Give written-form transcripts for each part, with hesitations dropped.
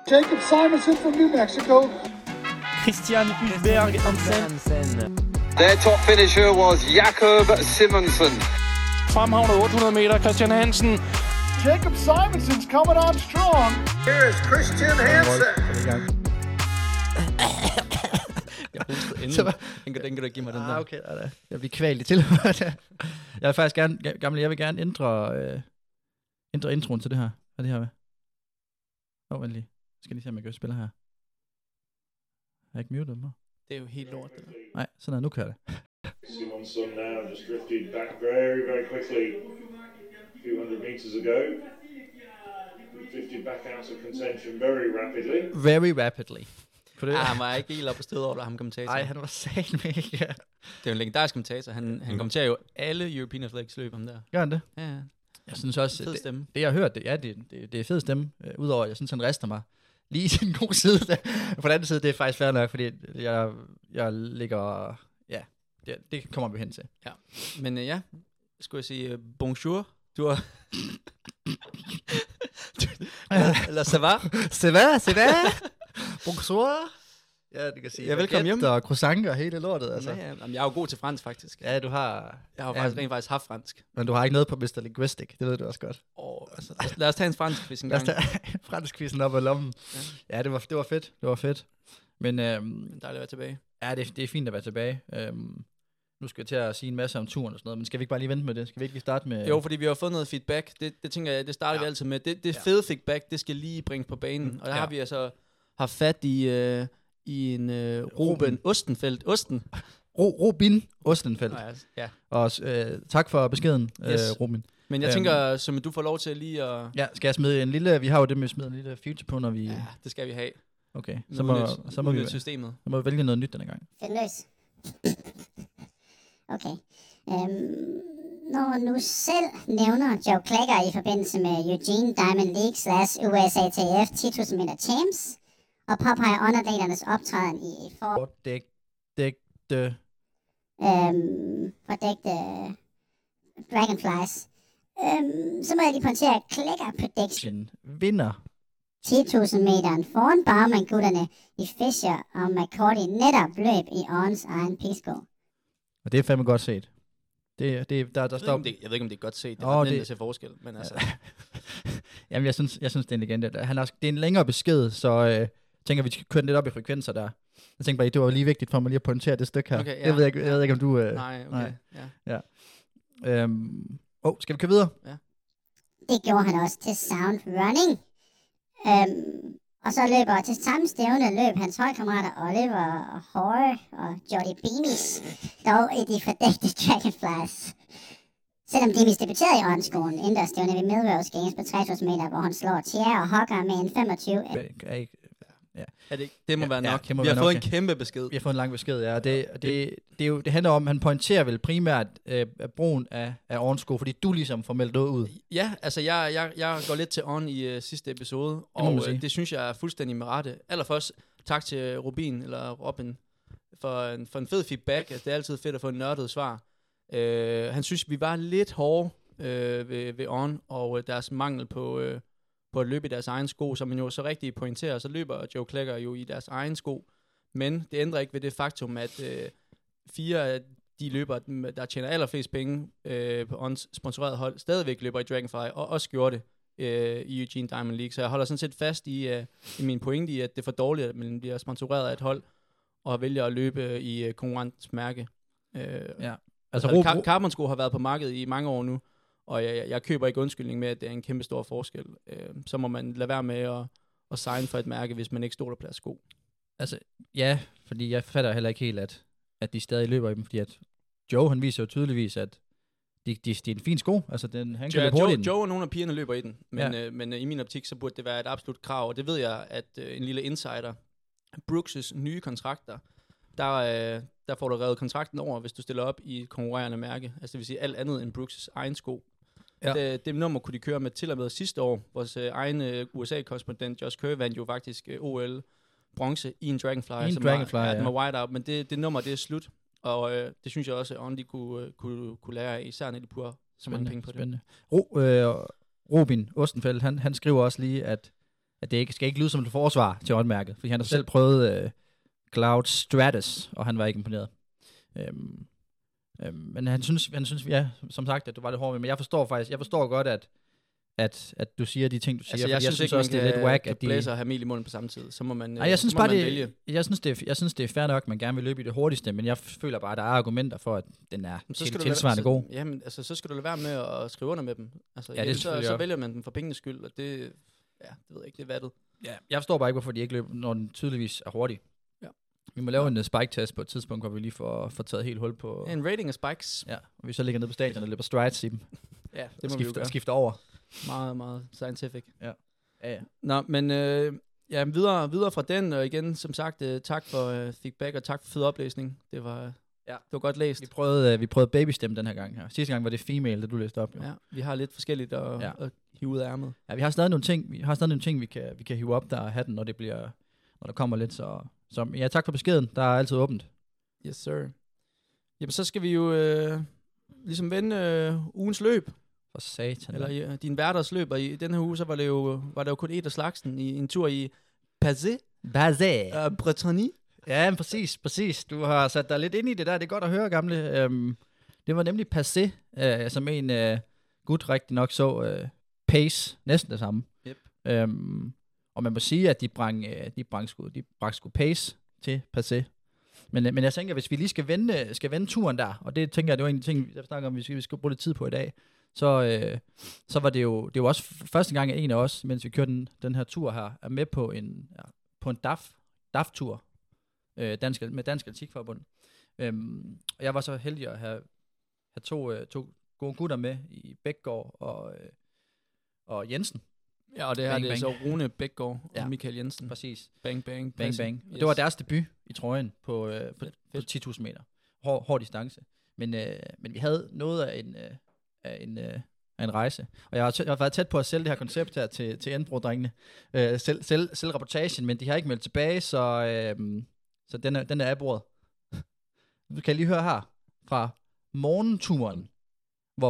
Jacob Simonson from New Mexico. Christian Hulberg Hansen. Their top finisher was Jakob Simonsen. Fremhavnet 800 meter, Christian Hansen. Jacob Simonson's coming on strong. Here is Christian Hansen. Jeg hostede inden. Den kan du give mig den der. Okay, jeg bliver kvalt i tilhøret. Jeg vil faktisk gerne ændre introen til det her. Hvad er det her med? Vent lige. Jeg skal lige se, om jeg kan spille her. Jeg har ikke muted mig. Det er jo helt lort, det der. Nej, sådan er, nu kører det. Simonson now just drifted back very, very quickly a few hundred meters ago. Drifted back out of contention very rapidly. Very rapidly. Han var ikke helt oppe på stedet over, ham kommentator. Nej, han var satme ikke. Det er jo en legendarisk kommentator. Han kommenterer jo alle European Athletics løb om der. Gør han det? Ja. Jeg synes også, fed stemme. Det jeg har hørt, det er fed stemme. Udover, jeg synes, han rister mig lige til en god side. På den anden side, det er faktisk fair nok, fordi jeg ligger... Ja, det kommer vi hen til. Ja, men skulle jeg sige bonjour. Du har... Eller ça va? Ça va? Bonjour. Ja, det kan sige. Ja, velkommen hjem. Og croissant og hele lortet, altså. Ja. Jamen, jeg er jo god til fransk, faktisk. Ja, du har... Jeg har rent faktisk haft fransk. Men du har ikke noget på Mr. Linguistic, det ved du også godt. Altså, lad os tage en fransk quiz en gang. Lad os tage fransk-quizzen op ad lommen. Ja, det var fedt. Det var fedt. Men... dejligt at være tilbage. Ja, det er fint at være tilbage. Nu skal jeg til at sige en masse om turen og sådan noget, men skal vi ikke bare lige vente med det? Skal vi ikke lige starte med... Jo, fordi vi har fået noget feedback. Det tænker jeg, det starter vi altid med. Det fede feedback, det skal lige bringes på banen. Og der har vi altså haft fat i en Ruben Ostenfeldt. Robin Ostenfeldt. Ja. Og tak for beskeden, Robin. Men jeg tænker, som du får lov til lige at... Ja, skal jeg smide en lille... Vi har jo det med at smide en lille future på, når vi... Ja, det skal vi have. Okay, så må vi systemet. Så må vi vælge noget nyt denne gang. Find løs. Okay. Når nu selv nævner Joe Kleger i forbindelse med Eugene Diamond League / USATF 10.000 meter champs, og påpeger underdelernes optræden i Fordægte Dragonflies, så må jeg lige pointere, at Kleger prediction vinder 10.000 meteren foran Baumann-gutterne i Fischer og McCordy netop løb i Ons egen pisko. Og det er fandme godt set. Der står... Jeg ved ikke, om det er godt set. Det er nemt at se forskel, men altså... Jamen, jeg synes, det er en legende. Det er en længere besked, så tænker vi skal køre den lidt op i frekvenser der. Jeg tænker bare, det var lige vigtigt for mig lige at pointere det stykke her. Okay, ja. Jeg ved ikke, om du... Nej, okay. Ja. Skal vi køre videre? Ja. Det gjorde han også til Sound Running. Og så løber til samme stævne løb hans holdkammerater Oliver og Hoare og Jordi Bemis, dog i de fordækte Dragonflies. Selvom Bemis debuterede i åndsskolen indendørs stævne ved Melrose Games på 3.000 meter, hvor han slår Thierry og Hogger med en 25. Det må være nok. Vi har fået en kæmpe besked. Vi har fået en lang besked, ja. Det handler om, han pointerer vel primært brugen af ånsko, fordi du ligesom får meldt noget ud. Ja, altså jeg går lidt til on i sidste episode, og det synes jeg er fuldstændig med rette. Allerførst tak til Robin for en fed feedback. Altså, det er altid fedt at få en nørdet svar. Han synes, vi var lidt hårde ved on, og deres mangel på at løbe i deres egen sko, som man jo så rigtig pointerer, så løber Joe Kleger jo i deres egen sko. Men det ændrer ikke ved det faktum, at 4 af de løbere, der tjener allerflest penge på ons sponsoreret hold, stadigvæk løber i Dragonfly, og også gjorde det i Eugene Diamond League. Så jeg holder sådan set fast i min pointe i, at det er for dårligt, at man bliver sponsoreret af et hold, og vælger at løbe i konkurrentens mærke. Ja. Altså, Carbon-sko har været på markedet i mange år nu, og jeg køber ikke undskyldning med, at det er en kæmpe stor forskel. Så må man lade være med at signe for et mærke, hvis man ikke stoler på deres sko. Altså, ja, fordi jeg fatter heller ikke helt, at de stadig løber i dem, fordi at Joe, han viser jo tydeligvis, at det er en fin sko. Altså, han kan løbe hurtigt. Joe og nogle af pigerne løber i den, men i min optik, så burde det være et absolut krav, og det ved jeg, at en lille insider, Brooks' nye kontrakter, der får du revet kontrakten over, hvis du stiller op i et konkurrerende mærke. Altså det vil sige alt andet end Brooks' egen sko. Ja. Det nummer kunne de køre med til og med sidste år. Vores egen USA-korrespondent Josh Kerr vandt jo faktisk OL bronze i en Dragonfly. Den var white out, men det nummer, det er slut. Og det synes jeg også, at Ondi kunne lære af, især når de bruger så mange penge på det. Robin Ostenfeldt, han skriver også lige, at at det skal ikke lyde som et forsvar til håndmærket, fordi han har selv prøvet Cloud Stratus, og han var ikke imponeret. Men han synes, ja, som sagt, at du var lidt hård med, men jeg forstår godt, at du siger de ting, du siger, altså, jeg synes ikke, også, det er lidt whack, at de blæser og have mel i munden på samme tid. Så må man, nej, jeg synes bare, vælge. Jeg synes, det er fair nok, at man gerne vil løbe i det hurtigste, men jeg føler bare, at der er argumenter for, at den er tilsvarende god. Jamen, altså, så skal du lade være med at skrive under med dem. Altså, ja, så vælger man dem for pengenes skyld, og det ved jeg ikke, det er vattet. Ja, jeg forstår bare ikke, hvorfor de ikke løber, når den tydeligvis er hurtig. Ja. Vi må lave en spike-test på et tidspunkt, hvor vi lige får taget helt hul på... En rating af spikes. Ja, og vi så ligger nede på stadion og løber strides i dem. Ja, det må vi jo gøre. Skifter over. Meget, meget scientific. Ja. Nå, men videre fra den, og igen, som sagt, tak for feedback, og tak for fed oplæsning. Det var godt læst. Vi prøvede babystemme den her gang her. Sidste gang var det female, det du læste op. Jo. Ja, vi har lidt forskelligt at hive ud af ærmet. Ja, vi har stadig nogle ting, vi kan hive op der og have den, når der kommer lidt. Så ja, tak for beskeden. Der er altid åbent. Yes, sir. Jamen, så skal vi jo ligesom vende ugens løb. For satan. Eller din hverdagsløb, og i den her uge, så var der jo kun et af slagsen i en tur i Bazé. Bretagne. Ja, præcis. Du har sat dig lidt ind i det der. Det er godt at høre, gamle. Det var nemlig Passé, som en gut rigtig nok så pace, næsten det samme. Yep. Og man må sige, at de bragte sgu pace til Passé. Men jeg tænker, hvis vi lige skal vende turen der, og det tænker jeg, det var en ting, jeg snakker om, vi skal bruge lidt tid på i dag, så var det jo også første gang, at en af os, mens vi kørte den her tur her, er med på en DAF-tur med Dansk Atletikforbund. Og jeg var så heldig at have to gode gutter med i Bækgaard og Jensen. Ja, og det her det er så Rune Bækgaard og Michael Jensen. Præcis. Bang, bang. Yes. Det var deres debut i trøjen på 10.000 meter. Hård distance. Men vi havde noget af en rejse. Og jeg har været tæt på at sælge det her koncept her til Enbro-drengene. Sælge rapportagen, men de har ikke meldt tilbage, så den er af bordet. Du kan lige høre her fra morgenturen, hvor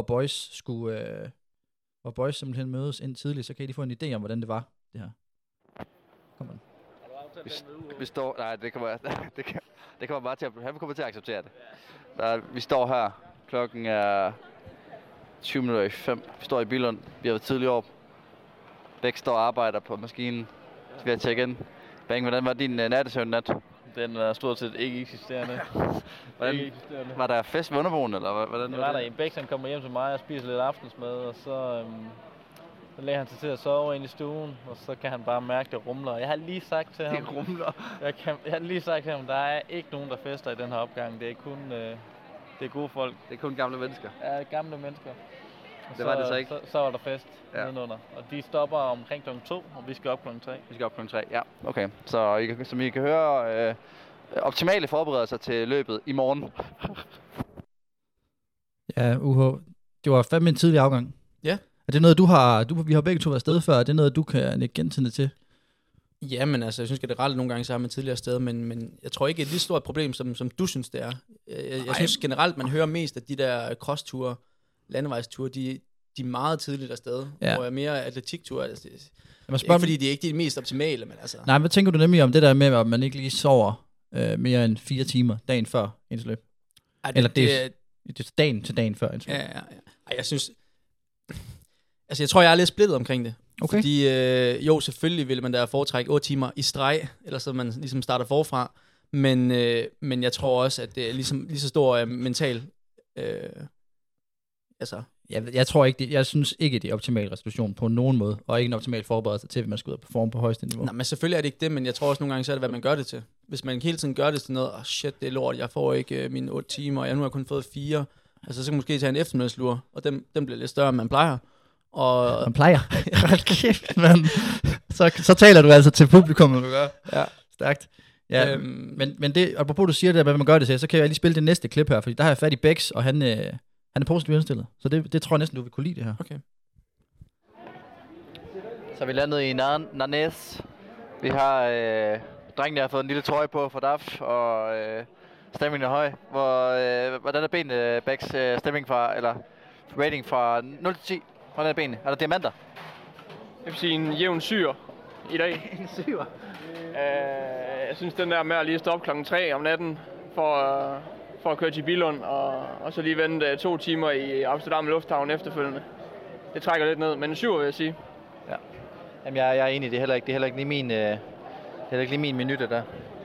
boys simpelthen mødes ind tidligt, så kan I lige få en idé om, hvordan det var, det her. Kom on. Vi står... Nej, det kommer bare til at... Han kommer til at acceptere det. Vi står her. Klokken er 5:20. Vi står i Billund. Vi har været tidligt op. Begge står og arbejder på maskinen. Så vi har tjekke ind. Bang, hvordan var din nattesøvn nat? Den er stort set ikke eksisterende. Var der fest ved underboen, eller hvordan? Det var der en Bæk, som kommer hjem til mig og spiser lidt aftensmad, og så lægger han sig til at sove ind i stuen, og så kan han bare mærke, det rumler. Jeg har lige sagt til ham... Det rumler? Jeg har lige sagt til ham, der er ikke nogen, der fester i den her opgang. Det er kun... det er gode folk. Det er kun gamle mennesker? Ja, gamle mennesker. Det var det så ikke? Så var der fest nedenunder. Og de stopper omkring kl. 2, og vi skal op kl. 3. Vi skal op kl. 3, ja. Okay. Så som I kan høre, optimale forberedelser til løbet i morgen. Ja, det var fandme en tidlig afgang. Ja. Er det noget, vi har begge to været afsted før, er det noget, du kan ikke gentænde til? Ja, men altså, jeg synes generelt nogle gange sammen med tidligere sted, men jeg tror ikke, det er et lige stort problem, som du synes, det er. Jeg synes generelt, man hører mest af de der cross-ture, landevejsture, de er meget tidligt afsted, hvor jeg mere atletikture. Altså, ikke fordi de er ikke de mest optimale, men altså... Nej, hvad tænker du nemlig om det der med, at man ikke lige sover mere end 4 timer dagen før ens løb? Eller det er dagen til dagen før ens løb? Ja. Ej, jeg synes... Altså, jeg tror, jeg er lidt splittet omkring det. Okay. Fordi, jo, selvfølgelig vil man da foretrække 8 timer i streg, eller så man ligesom starter forfra. Men jeg tror også, at det er ligesom, lige så stor mental... altså... Jeg tror ikke, jeg synes ikke, det er optimal restitution på nogen måde, og ikke en optimal forberedelse til, at man skal ud og performe på højeste niveau. Nej, men selvfølgelig er det ikke det, men jeg tror også nogle gange, så er det, hvad man gør det til. Hvis man hele tiden gør det til noget, shit, det er lort, jeg får ikke mine 8 timer, og jeg nu har kun fået 4, altså så kan man måske tage en eftermiddagslur, og den bliver lidt større, end man plejer. Og... Man plejer? Kæft, man. Så taler du altså til publikum, når du gør. Ja. Stærkt. Ja, men det, apropos du siger det, hvad man gør det til, så kan jeg lige spille det næste klip her, fordi der har jeg fat i Bex, og han er positivt indstillet. Så det tror jeg næsten, du vil kunne lide det her. Okay. Så vi landede i Nanæs. Vi har drengene, der har fået en lille trøje på for DAF, og stemningen er høj. Hvordan er benene, Bex, stemning fra, eller rating fra 0 til 10? Hvordan er benene? Er der diamanter? Jeg vil sige en jævn syr. i dag. En 7'er? Jeg synes, den der med at lige stoppe klokken 3 om natten for at køre til Billund, og så lige vente 2 timer i Amsterdam Lufthavn efterfølgende. Det trækker lidt ned, men en 7'er vil jeg sige. Ja. Jamen, jeg er enig, det er heller ikke lige min minut der.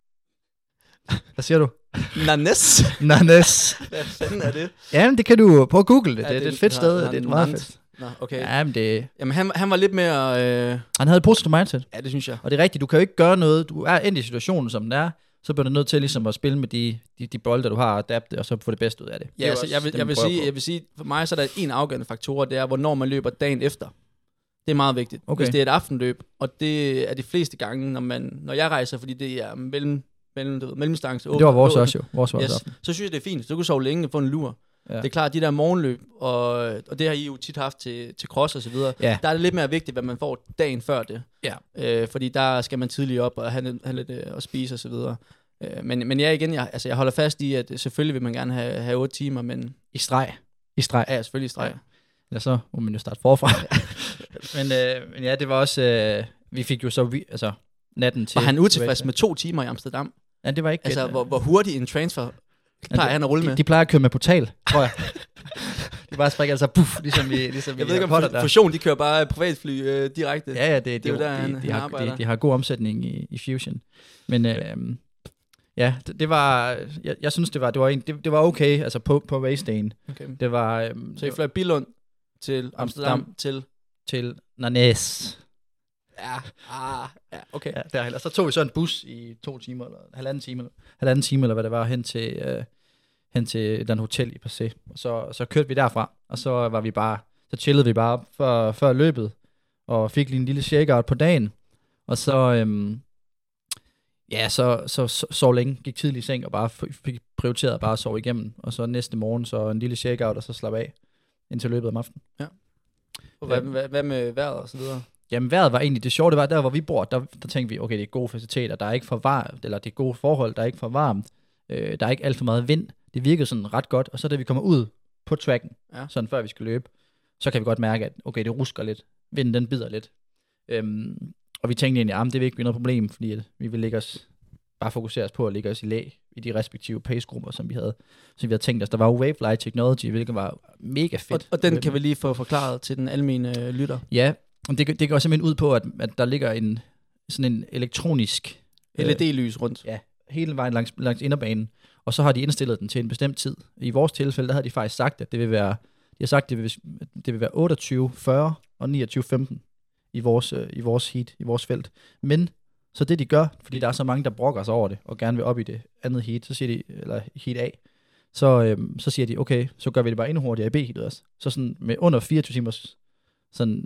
Hvad siger du? Nanes. Nanes. Hvad fanden er det? Jamen, det kan du prøve at google det. Det er et fedt sted. Det er et meget fedt. Nå, okay. Jamen, han var lidt mere... Han havde et positivt mindset. Ja, det synes jeg. Og det er rigtigt, du kan jo ikke gøre noget. Du er endt i situationen, som den er. Så bliver du nødt til ligesom at spille med de bolde, du har, og adapte, og så få det bedste ud af det. Ja, altså, jeg vil sige, for mig så er der en afgørende faktor, det er, hvornår man løber dagen efter. Det er meget vigtigt. Okay. Hvis det er et aftenløb, og det er de fleste gange, når jeg rejser, fordi det er mellemdistance. Det var vores også jo. Vores yes. Så synes jeg, det er fint. Så du kan sove længe og få en lur. Ja. Det er klart, de der morgenløb, og det har I jo tit haft til cross og så videre, der er det lidt mere vigtigt, hvad man får dagen før det. Ja. Fordi der skal man tidligt op og have lidt at spise og så videre. Men jeg igen, jeg holder fast i, at selvfølgelig vil man gerne have 8 timer, men... I streg. Ja, selvfølgelig i streg. Ja. Eller så må man jo starte forfra. men ja, det var også... vi fik jo så natten til... Var han utilfreds med 2 timer i Amsterdam? Ja, det var ikke... Altså, hvor hurtigt en transfer plejer han at rulle med? De plejer at køre med portal, tror jeg. De bare springer altså puff, ligesom vi jeg ved ikke om Fusion, de kører bare privatfly direkte. Ja, det er jo der, de har god omsætning i Fusion. Men ja, det var... Jeg synes, det var okay, altså på racedagen. Okay. Det var... så I fløj Billund til Amsterdam til Nanes. Ja, okay. Ja, der. Så tog vi så en bus i 2 timer, eller halvanden time, eller hvad det var, hen til den hotel i Passé. Og så kørte vi derfra, og så chillede vi bare før løbet, og fik lige en lille shakeout på dagen, og så sov længe, gik tidligt i seng, og bare fik prioriteret bare at sove igennem, og så næste morgen, så en lille shakeout, og så slappe af, indtil løbet om aftenen. Ja. Og hvad med vejret og så videre? Jamen, vejret var egentlig det sjove, det var der, hvor vi bor, der tænkte vi, okay, det er gode faciliteter, der er ikke for varmt, eller det er gode forhold, der er ikke for varmt, der er ikke alt for meget vind, det virkede sådan ret godt, og så da vi kommer ud på tracken, sådan før vi skal løbe, så kan vi godt mærke, at okay, det rusker lidt, vinden den bider lidt, og vi tænkte egentlig, det vil ikke blive noget problem, fordi at vi vil bare fokusere os på at lægge os i læ i de respektive pacegrupper, som vi havde tænkt os. Der var jo Wave Light Technology, hvilket var mega fedt. Og den kan vi lige få forklaret til den almene lytter. Ja, det går simpelthen ud på, at der ligger sådan en elektronisk LED-lys rundt. Ja, hele vejen langs inderbanen. Og så har de indstillet den til en bestemt tid. I vores tilfælde, der havde de faktisk sagt, at det vil være 28:40 og 29:15 i vores heat, i vores felt. Men så det de gør, fordi der er så mange, der brokker sig over det, og gerne vil op i det andet heat, så siger de, eller heat A, så siger de, okay, så gør vi det bare endnu hurtigere i B-heatet også. Så sådan med under 24 timers sådan,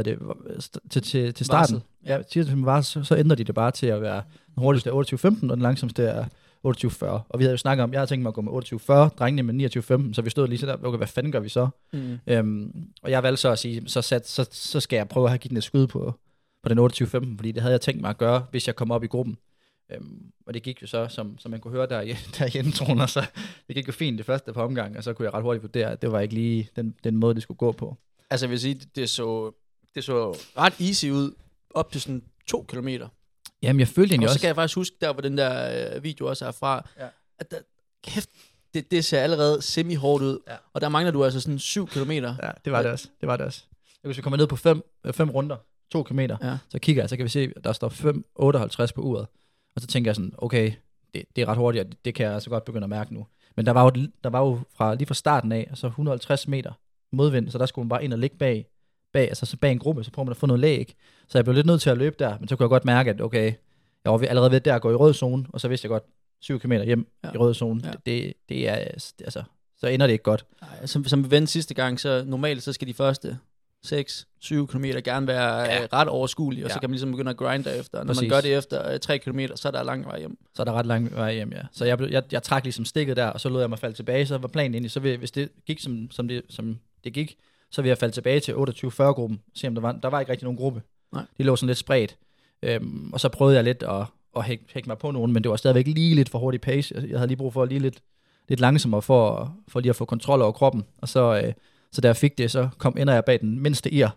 til starten. Ja, så ændrer de det bare til at være den hurtigste 28:15, og den langsomste er 28:40. Og vi havde jo snakket om, jeg havde tænkt mig at gå med 28:40, drengene med 29:15, så vi stod lige så der, okay, hvad fanden gør vi så? Og jeg valgte så at sige, så skal jeg prøve at have givet et skud på den 28:15, fordi det havde jeg tænkt mig at gøre, hvis jeg kom op i gruppen. Og det gik jo så, som man kunne høre der i introen, og så det gik jo fint det første par omgang, og så kunne jeg ret hurtigt vurdere, at det var ikke lige den måde, det skulle gå på. Altså jeg vil sige, det så ret easy ud, op til sådan 2 kilometer. Jamen jeg følte egentlig også. Og så kan jeg faktisk huske, der hvor den der video også er fra, at der, kæft, det ser allerede semi-hårdt ud, og der mangler du altså sådan 7 kilometer. Ja, det var det også. Hvis vi kommer ned på 5 runder, 2 kilometer, så kigger jeg, så kan vi se, at der står 5:58 på uret. Og så tænker jeg sådan, okay, det er ret hurtigt, og det kan jeg altså godt begynde at mærke nu. Men der var jo lige fra starten af, altså 150 meter modvind, så der skulle man bare ind og ligge bag en gruppe, så prøver man at få noget læg. Så jeg blev lidt nødt til at løbe der, men så kunne jeg godt mærke, at okay, jeg var allerede ved der at gå i rød zone, og så vidste jeg godt 7 km hjem i rød zone. Ja. Det er, altså, så ender det ikke godt. Nej, som vi vendte sidste gang, så normalt så skal de første 6-7 km gerne være ret overskuelige, og så kan man ligesom begynde at grinde derefter. Når man gør det efter 3 km, så er der lang vej hjem. Så er der ret lang vej hjem, ja. Så jeg trak ligesom stikket der, og så lod jeg mig falde tilbage, så var planen egentlig, så hvis det gik som det gik, så vil jeg falde tilbage til 28-40-gruppen, se om der var ikke rigtig nogen gruppe. Nej. De lå sådan lidt spredt. Og så prøvede jeg lidt at hække mig på nogen, men det var stadigvæk lige lidt for hurtig pace. Jeg havde lige brug for lige lidt langsommere for lige at få kontrol over kroppen. Og så da jeg fik det, så ender jeg bag den mindste ir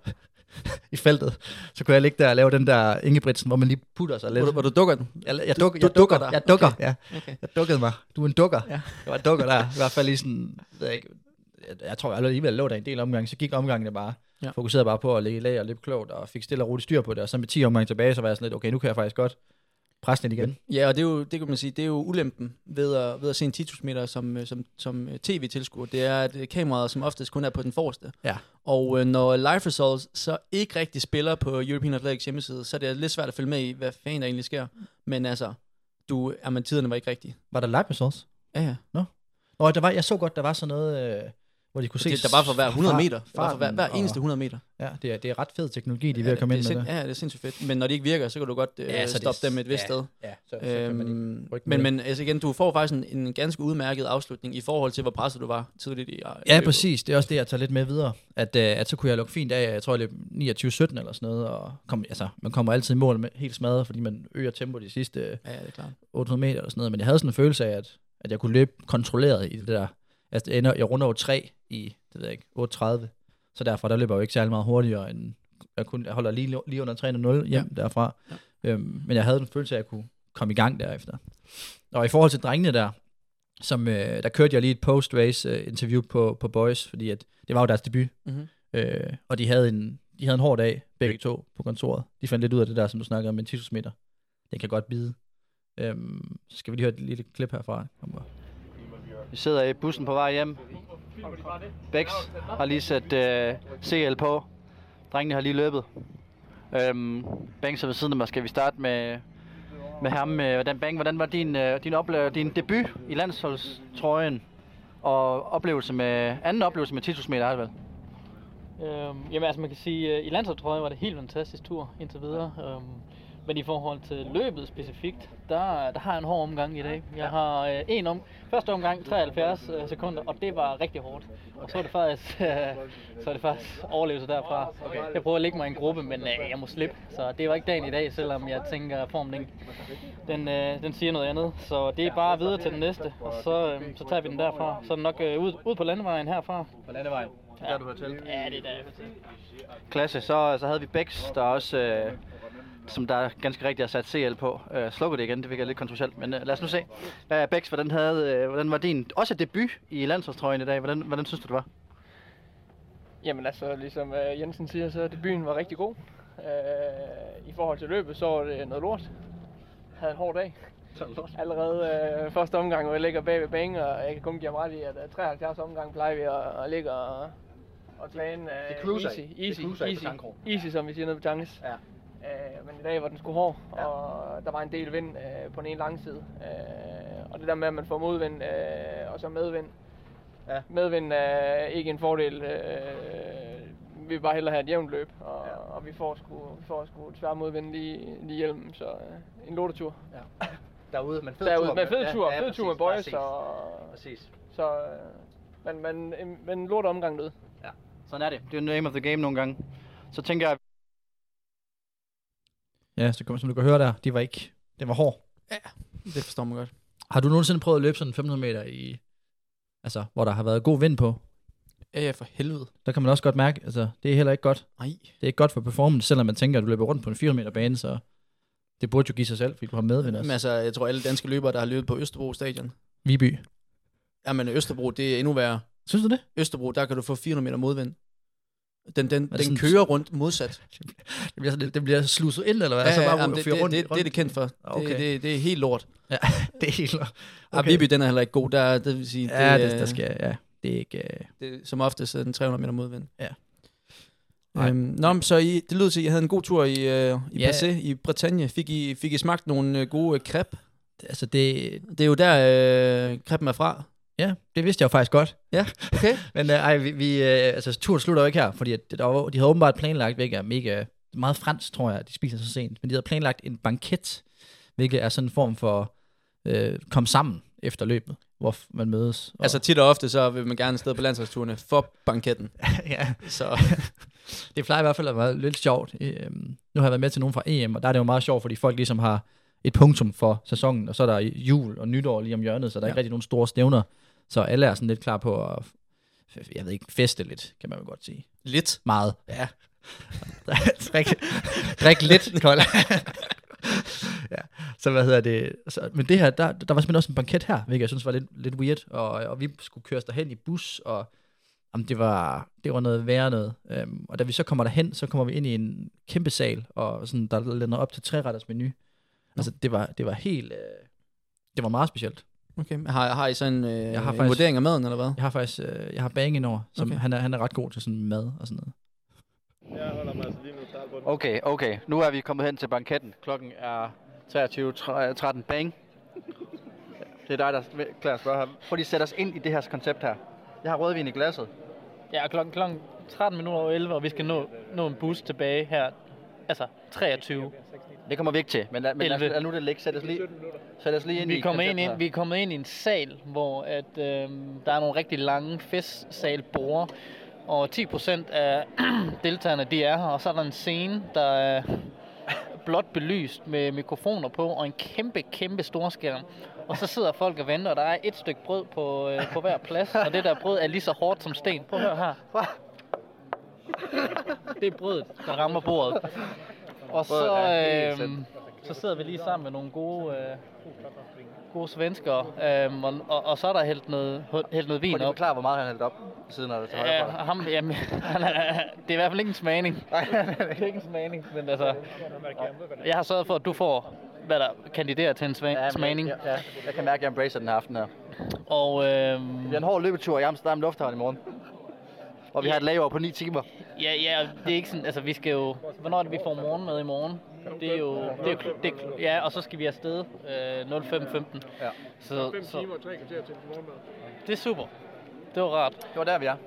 i feltet, så kunne jeg ligge der og lave den der Ingebrigtsen, hvor man lige putter sig lidt. Hvor du dukker den? Jeg dukker, okay. ja. Okay. Jeg dukkede mig. Du er en dukker. Ja. Jeg var en dukker der. I hvert fald lige sådan, jeg tror alligevel lå der en del omgang, så gik omgangene bare. Ja. Fokuserede bare på at ligge i lag og løbe klogt, og fik stille og roligt styr på det, og så med 10 omgange tilbage, så var jeg sådan lidt, okay, nu kan jeg faktisk godt presse lidt igen. Ja, og det kan man sige, det er jo ulempen ved at se en 10.000 meter som tv-tilskuer. Det er, at kameraet som oftest kun er på den forreste. Ja. Og når live results så ikke rigtig spiller på European Athletics hjemmeside, så er det lidt svært at følge med i, hvad fanden der egentlig sker. Men altså, tiderne var ikke rigtige. Var der live results? Ja. Nå, jeg så godt, der var sådan noget... hvor de kunne se... Der var for hver 100 meter. Hver eneste 100 meter. Ja, det er ret fed teknologi, de er ved at komme ind med det. Ja, det er sindssygt fedt. Men når de ikke virker, så kan du godt stoppe dem et vist sted. Ja, så kan man ikke men altså igen, du får faktisk en ganske udmærket afslutning i forhold til, hvor presset du var tidligt i ja, præcis. Det er også det, jeg tager lidt med videre. At så kunne jeg lukke fint af, jeg tror, jeg løb 29-17 eller sådan noget, og man kommer altid i mål med helt smadret, fordi man øger tempo de sidste det er klart. 800 meter eller sådan noget. Men jeg havde sådan en følelse af, at jeg kunne løbe kontrolleret i det der. Altså, jeg runder jo 3 i, det ved jeg ikke, 8.30. Så derfor, der løber jeg jo ikke særlig meget hurtigere, end jeg holder lige under 3.0 hjem derfra. Ja. Men jeg havde en følelse af, at jeg kunne komme i gang derefter. Og i forhold til drengene der, der kørte jeg lige et post-race interview på Boys, fordi at det var jo deres debut. Mm-hmm. Og de havde en hård dag, begge to, på kontoret. De fandt lidt ud af det der, som du snakkede om, med 10.000 meter. Den kan godt bide. Så skal vi lige høre et lille klip herfra. Vi sidder i bussen på vej hjem. Bex har lige sat CL på. Drengene har lige løbet. Banks er ved siden af mig. Skal vi starte med ham? Hvordan var din debut i landsholdstrøjen? Og anden oplevelse med 10.000 meter, er det vel? Jamen altså man kan sige, i landsholdstrøjen var det helt fantastisk tur indtil videre. Men i forhold til løbet specifikt, der har jeg en hård omgang i dag. Jeg har første omgang 73 sekunder, og det var rigtig hårdt. Og så er det faktisk overlevelse derfra. Okay. Jeg prøver at lægge mig i en gruppe, men jeg må slippe. Så det var ikke dagen i dag, selvom jeg tænker, at formen den siger noget andet. Så det er bare videre til den næste, og så tager vi den derfra. Så er den nok ud på landevejen herfra. På landevejen? Det der, du hører til? Ja, det er der, jeg hører til. Klasse. Så havde vi Bex, der også... som der ganske rigtigt har sat CL på. Slukker det igen, det virker lidt kontroversielt, men lad os nu se. Bex, hvordan var din også debut i landsholdstrøjen i dag? Hvordan synes du, det var? Jamen altså, ligesom Jensen siger, så debuten var rigtig god. I forhold til løbet, så var det noget lort. Jeg havde en hård dag. Allerede første omgang, hvor jeg ligger bag ved bænken, og jeg kan kun give ham ret i, at 73 omgang plejer vi at ligge og træne easy, som vi siger nede på Tanges. Ja. Men i dag var den sgu hård, og der var en del vind på den ene langside. Og det der med, at man får modvind og så medvind. Ja. Medvind er ikke en fordel. Vi vil bare hellere have et jævnt løb, og vi får sgu tvær modvind lige hjelmen, så en lortetur. Ja. Derude, men fed tur. Fed tur med boys. Præcis. Så, men lort omgang derude. Ja, sådan er det. Det er name of the game nogle gange. Så tænker jeg... Ja, som du kan høre der, det var hård. Ja, det forstår man godt. Har du nogensinde prøvet at løbe sådan 500 meter hvor der har været god vind på? Ja, for helvede. Der kan man også godt mærke, det er heller ikke godt. Nej. Det er ikke godt for performance, selvom man tænker, at du løber rundt på en 400 meter bane, så det burde jo give sig selv, fordi du har medvind også. Men altså, jeg tror alle danske løbere, der har løbet på Østerbro stadion. Viby. Jamen Østerbro, det er endnu værre. Synes du det? Østerbro, der kan du få 400 meter modvind. Den kører rundt modsat. Det bliver sluset ind, eller hvad? Det er det kendt for. Okay. Det er helt lort. Ja, det er helt lort. Okay. Viby, den er heller ikke god. Det vil sige... Det er ikke... Det, som oftest er den 300 meter modvind. Ja. Så det lyder til, at I havde en god tur i Passé, i Bretagne. Fik I smagt nogle gode crepe? Altså det er jo der crepen er fra. Ja, det vidste jeg jo faktisk godt. Ja, okay. Men turen slutter jo ikke her, fordi de havde åbenbart planlagt, hvilket er mega meget fransk, tror jeg, de spiser så sent. Men de havde planlagt en banket, hvilket er sådan en form for kom sammen efter løbet, hvor man mødes. Altså tit og ofte, så vil man gerne afsted på landsholdsturene for banketten. Ja, så det plejer i hvert fald at være lidt sjovt. Nu har jeg været med til nogen fra EM, og der er det jo meget sjovt, fordi folk ligesom har et punktum for sæsonen, og så er der jul og nytår lige om hjørnet, så der er ikke rigtig nogen store stævner. Så alle er sådan lidt klar på at, jeg ved ikke, feste lidt, kan man jo godt sige. Lidt? Meget. Ja. Drik lidt kold. Ja, så hvad hedder det? Men det her, der var simpelthen også en banket her, hvilket jeg synes var lidt weird, og vi skulle køres derhen i bus, og det var noget værre noget. Og da vi så kommer derhen, så kommer vi ind i en kæmpe sal, og sådan, der lander op til 3-retters menu. Altså, det var helt... det var meget specielt. Okay, har I sådan en vurdering af maden, eller hvad? Jeg har faktisk jeg har Bang indover, som han er ret god til sådan mad og sådan noget. Jeg holder mig altså lige nu start på den. Okay. Nu er vi kommet hen til banketten. Klokken er 23:13. Bang. Det er dig, der er klar at spørge her. Prøv lige at sætte os ind i det her koncept her. Jeg har rødvin i glasset. Ja, klokken 13:11, og vi skal nå en bus tilbage her. Altså 23. Det kommer vi ikke til, men lad nu det ligge. Sæt os lige ind i konceptet her. Vi er kommet ind i en sal, hvor at, der er nogle rigtig lange festsalborde, og 10% af deltagerne, de er her, og så er der en scene, der er blot belyst med mikrofoner på, og en kæmpe stor skærm. Og så sidder folk og venter, og der er et stykke brød på hver plads, og det der brød er lige så hårdt som sten. Prøv at høre her. Det er brødet, der rammer bordet. Og så sidder vi lige sammen med nogle gode svenskere, og så er der hældt noget vin op. Prøv at forklare, hvor meget han hældt op siden af det til højre for dig. Det er i hvert fald ikke en smagning. Det er ikke en smagning, men altså... Jeg har sørget for, at du får, hvad der kandiderer til en smagning. Ja, jeg kan mærke, at jeg embracer den her aften her. Og... Det bliver en hård løbetur i Amsterdam Lufthavn i morgen. Og vi har et layover på 9 timer. Ja, det er ikke sådan, altså vi skal jo... Hvornår er det, vi får morgenmad i morgen? Det er jo... Ja, og så skal vi afsted 05:15. Ja. Så 5 timer og 3 kvarter til morgenmad. Det er super. Det var rart. Det var der, vi er.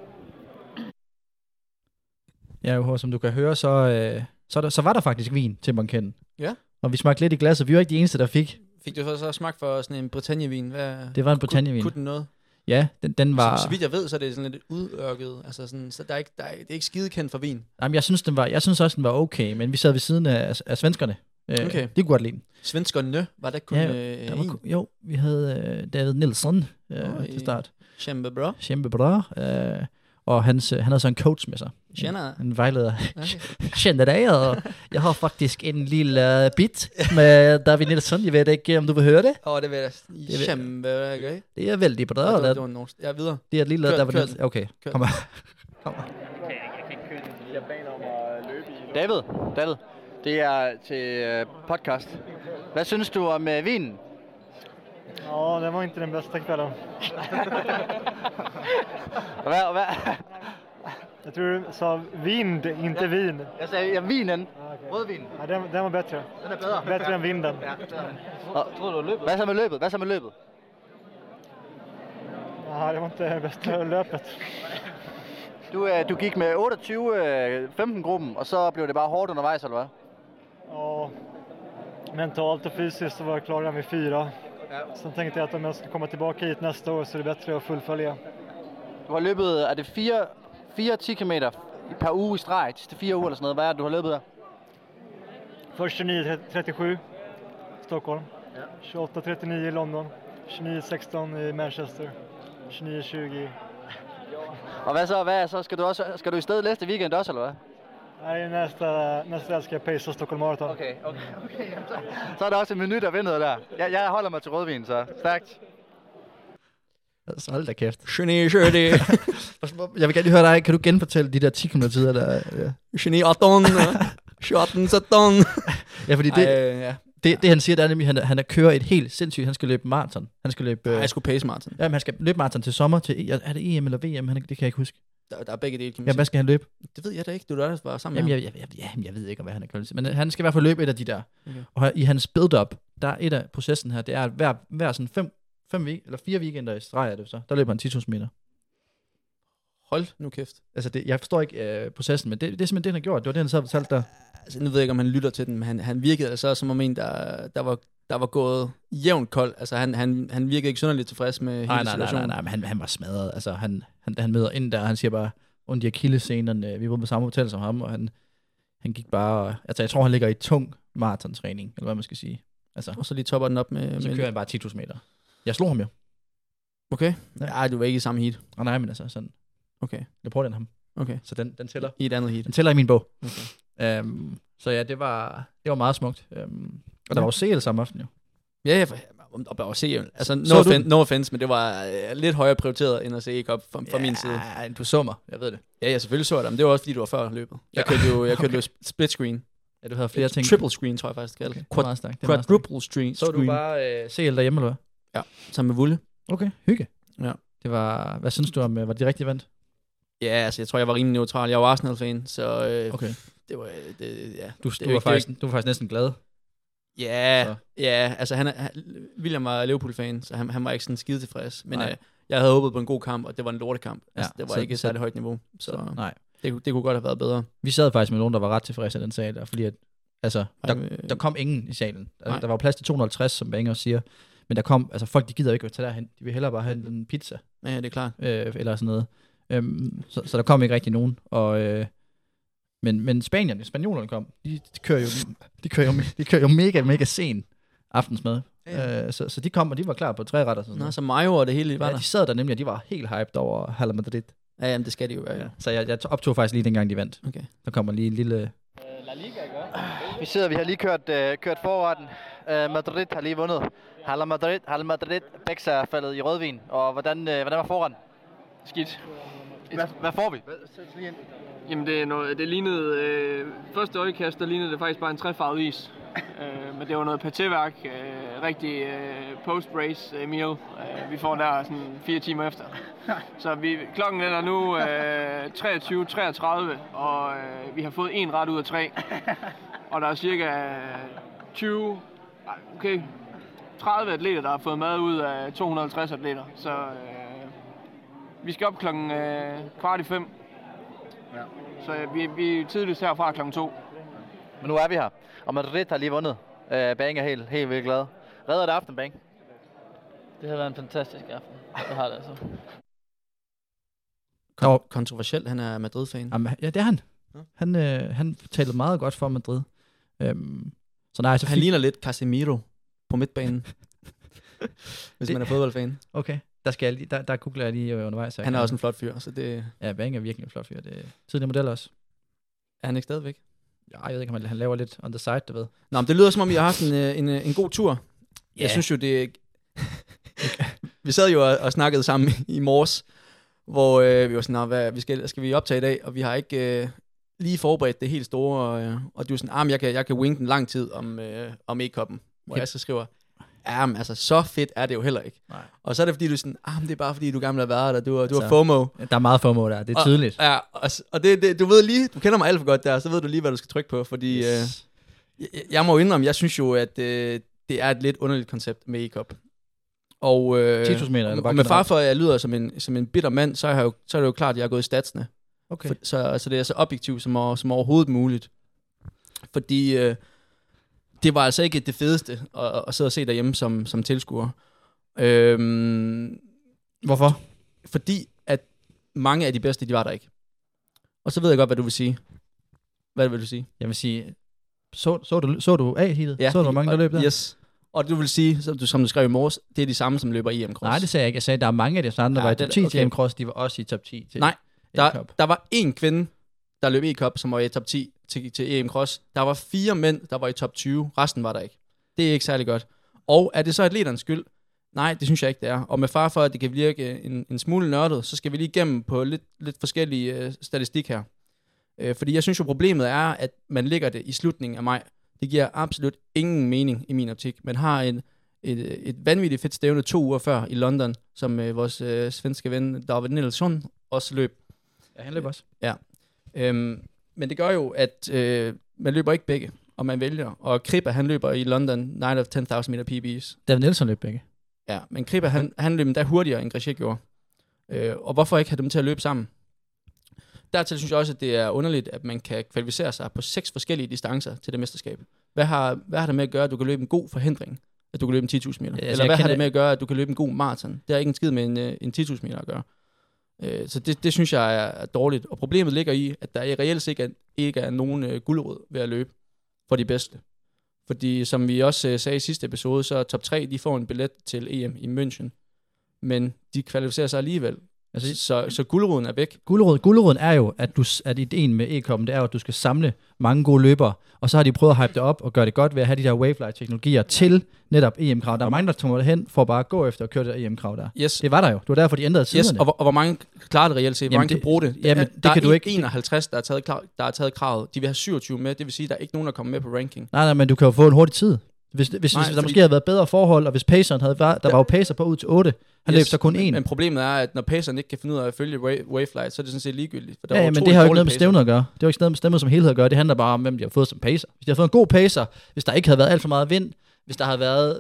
Ja, jo, som du kan høre, så var der faktisk vin til banketten. Ja. Og vi smagte lidt i glasset. Vi var ikke de eneste, der fik. Fik du så smagt for sådan en Bretagne-vin? Det var en Bretagne-vin. Kunne den noget? Ja, den var... Så vidt jeg ved, så er det sådan lidt udørket. Altså sådan, så det er ikke skidekendt for vin. Jamen, jeg synes også, den var okay, men vi sad ved siden af svenskerne. Okay. De kunne godt lide den. Svenskerne? Var der kun en? Jo, vi havde David Nielsen til start. Kæmpebra. Og han havde så en coach med sig. Kender. En vejleder. Okay. Kender dig, og jeg har faktisk en lille bit med David Nielsen. Jeg ved ikke, om du vil høre det. Det vil jeg. Kæmpegøy. Det er vældig bra. Ja, videre. Det er et lille David Nielsen. Okay, kom her. David, det er til podcast. Hvad synes du om vinen? Ja, det var inte den bästa kvällen. Hvad? Jag tror du sa vind, inte vin. Jeg sagde vinen. Rødvin. Ja, den var bättre. Den er bedre. Bättre än vinden. Hvad så med løbet? Ja, det var inte bästa løbet. Du gik med 28-15-gruppen, og så blev det bare hårdt undervejs, eller hvad? Ja, mentalt och fysiskt så var jag klar med 4. Sen tänkte jag att om jag ska komma tillbaka hit nästa år så är det bättre att fullfölja. Du har løbet, er det 4 10 km per uge i streg, til 4 uger eller sådan noget? Hvad er det, du har løbet der? Först 29:37 Stockholm, 28:39 i London, 29:16 i Manchester, 29:20. Og hvad så? Skal du i stedet næste weekend også, eller hvad? Nej, nästa ska jag pacea Stockholm Marathon. Okay. Så er der også en menu, der vinder der. Jeg holder mig til rødvin, så stærkt. Så hold da kæft. Geni. Jeg vil gerne høre dig. Kan du genfortælle de der 10 km tider der? Geni 18. 17. Ja, fordi det han siger, der er nemlig, han er kører et helt sindssygt. Han skal løbe maraton. Han skal løbe... Jeg skulle pace maraton. Ja, men han skal løbe maraton til sommer. Er det EM eller VM? Det kan jeg ikke huske. Der er begge dele, kan man sige. Hvad skal han løbe? Det ved jeg da ikke. Du der var sammen med ham. Jeg ved ikke, hvad han er kvalificeret. Men han skal i hvert fald løbe et af de der. Okay. Og i hans build-up, der er et af processen her, det er, at hver sådan 4 weekender i streg er det så. Der løber han 10.000 meter. Hold nu kæft. Altså, jeg forstår ikke processen, men det er simpelthen det, han har gjort. Det var det, han så fortalt der. Altså, nu ved jeg ikke, om han lytter til den, men han virkede altså som om en, der var gået jævnt kold. Altså, han virkede ikke synderligt tilfreds med hele situationen. Nej, men han var smadret. Altså, han møder ind der, han siger bare, ondt i akillessenerne, vi var på samme hotel som ham, og han gik bare... Altså, jeg tror, han ligger i tung maratontræning, eller hvad man skal sige. Altså, og så lige topper den op med... Så kører han bare 10.000 meter. Jeg slog ham jo. Okay. Ja, du var ikke i samme heat. Nej, men altså sådan... Okay. Jeg prøver den ham. Okay. Så den tæller. I et andet heat. Den tæller i min bog. Okay. Så ja, det var meget smukt. Og der var jo CL samme aften jo. Ja, og der var CL. Altså, no offense, men det var lidt højere prioriteret, end at se E-Cup fra min side. Ja, du så mig. Jeg ved det. Ja, selvfølgelig så jeg det, men det var også, fordi du var før løbet. Jeg kørte jo split screen. Ja, du havde flere ting. Triple screen, tror jeg faktisk, det kalder. Okay. Quadruple screen. Så du bare CL derhjemme, eller hvad? Ja, sammen med Vulle. Okay, hygge. Ja. Det var, hvad synes du om, var det rigtig vandt? Ja, altså jeg tror, jeg var rimelig neutral. Jeg var Arsenal-fan, så okay. Det var, ja. Du var faktisk næsten glad. Ja, altså William var Liverpool-fan, så han var ikke sådan skide tilfreds. Men jeg havde håbet på en god kamp, og det var en lortekamp. Altså, det var ikke et særligt højt niveau, så nej. Det kunne godt have været bedre. Vi sad faktisk med nogen, der var ret tilfredse af den sal, der, fordi at, altså, der kom ingen i salen. Der var plads til 250, som Banger siger, men der kom, altså folk, de gider ikke at tage derhen. De vil hellere bare have en pizza. Ja, det er klart. Eller sådan noget. Så der kom ikke rigtig nogen, og... Men spanjolerne kom. De kører jo mega sen aftensmad. Ja. Så de kom, og de var klar på 3 retter. Nå, så mayo og det hele var der. De sad der nemlig, og de var helt hyped over Real Madrid. Ja, jamen, det skal de jo være. Ja. Så jeg optog faktisk lige dengang, de vandt. Okay. Der kommer lige en lille... La Liga gør. Vi har lige kørt forretten. Madrid har lige vundet. Real Madrid. Begge er faldet i rødvin. Og hvordan var forretten? Skidt. Hvad får vi? Jamen det lignede, første øjekast, der lignede det faktisk bare en træfarvet is. Men det var noget patéværk, rigtig post-race meal, vi får der sådan 4 timer efter. Så klokken er nu 23:33, og vi har fået 1 ret ud af 3. Og der er cirka 30 atleter, der har fået mad ud af 250 atleter. Så vi skal op klokken 4:45. Ja. Så vi er tidligst herfra klokken 2. Men nu er vi her, og Madrid har lige vundet. Bang er helt vildt glad. Redder det aften, Bang? Det har været en fantastisk aften. Det har det altså. Kontroversielt, han er Madrid-fan. Jamen, ja, det er han. Ja. Han talte meget godt for Madrid. Så nej, han ligner lidt Casemiro på midtbanen. Hvis man er fodboldfan. Okay. Der googler jeg lige undervejs. Han er også en flot fyr, så det... Ja, Bang er virkelig en flot fyr. Det er tidligere model også. Er han ikke stadigvæk? Ja, jeg ved ikke, om han laver lidt on the side, du ved. Nå, men det lyder som om, I har haft en god tur. Yeah. Jeg synes jo, det... Vi sad jo og snakkede sammen i morges, hvor vi var sådan, skal vi optage i dag? Og vi har ikke lige forberedt det helt store. Og du er sådan, jeg kan winke en lang tid om E-Cup'en. Hvor jeg så skriver... Jamen, altså, så fedt er det jo heller ikke. Nej. Og så er det, fordi du er sådan, det er bare, fordi du gerne vil have været der, du har FOMO. Der er meget FOMO der, det er tydeligt. Og det, du ved lige, du kender mig alt for godt der, så ved du lige, hvad du skal trykke på, fordi jeg må indrømme, jeg synes jo, at det er et lidt underligt koncept med E-Cup. Og, 10.000 meter, eller bare med far for, at jeg lyder som en bitter mand, så er det jo klart, at jeg er gået i statsene. Okay. Så det er så objektivt som overhovedet muligt. Fordi... det var altså ikke det fedeste at sidde og se derhjemme som tilskuer. Hvorfor? Fordi at mange af de bedste, de var der ikke. Og så ved jeg godt, hvad du vil sige. Hvad vil du sige? Jeg vil sige, så du A-heatet? Ja, så du, hvor mange der løb der? Yes. Og du vil sige, som du skrev i morges, det er de samme, som løber i EM-cross. Nej, det sagde jeg ikke. Jeg sagde, at der er mange af de andre, der var i top 10 til EM-cross, de var også i top 10 til Nej, der var én kvinde, der løb E-Cup, som var i top 10 til EM-cross. Der var 4 mænd, der var i top 20. Resten var der ikke. Det er ikke særlig godt. Og er det så atleternes skyld? Nej, det synes jeg ikke, det er. Og med far for, at det kan virke en smule nørdet, så skal vi lige igennem på lidt forskellige statistik her. Fordi jeg synes jo, problemet er, at man ligger det i slutningen af maj. Det giver absolut ingen mening i min optik. Man har et vanvittigt fedt stævne 2 uger før i London, som vores svenske ven David Nilsson også løb. Ja, han løb også. Ja. Men det gør jo, at man løber ikke begge, og man vælger. Og Kripa, han løber i London Night of 10.000 meter PB's. David Nielsen løb begge. Ja, men Kripa, han løb der hurtigere, end Gressier gjorde. Og hvorfor ikke have dem til at løbe sammen? Dertil synes jeg også, at det er underligt, at man kan kvalificere sig på 6 forskellige distancer til det mesterskab. Hvad har det med at gøre, at du kan løbe en god forhindring? At du kan løbe en 10.000 meter? Eller hvad har det med at gøre, at du kan løbe en god maraton? Det har ikke en skid med en 10.000 meter at gøre. Så det synes jeg er dårligt. Og problemet ligger i, at der reelt ikke er nogen guldråd ved at løbe for de bedste. Fordi som vi også sagde i sidste episode, så top 3, de får en billet til EM i München. Men de kvalificerer sig alligevel Altså, så guleroden er væk. Guleroden er jo, at ideen med e-koppen, det er jo, at du skal samle mange gode løbere, og så har de prøvet at hype det op og gøre det godt ved at have de der Wavelight-teknologier til netop EM-krav. Der er mange, der kommer derhen for bare at gå efter og køre det der EM-krav der. Yes. Det var der jo. Det var derfor, de ændrede tiderne. Yes, og hvor mange klarer det reelt set? Hvor mange kan bruge det? Jamen, det kan du ikke. 51, der er taget kravet. De vil have 27 med, det vil sige, at der er ikke nogen, der kommer med på ranking. Nej, men du kan jo få en hurtig tid. Hvis der måske havde været bedre forhold, og hvis paceren havde været, der var jo pacer på ud til 8, han løb så kun 1. Men problemet er, at når paceren ikke kan finde ud af at følge Wavelight, så er det sådan set ligegyldigt. For men det har jo ikke noget med stævnet at gøre. Det har jo ikke noget med stævnet som helhed at gøre. Det handler bare om, hvem de har fået som pacer. Hvis de har fået en god pacer, hvis der ikke havde været alt for meget vind, hvis der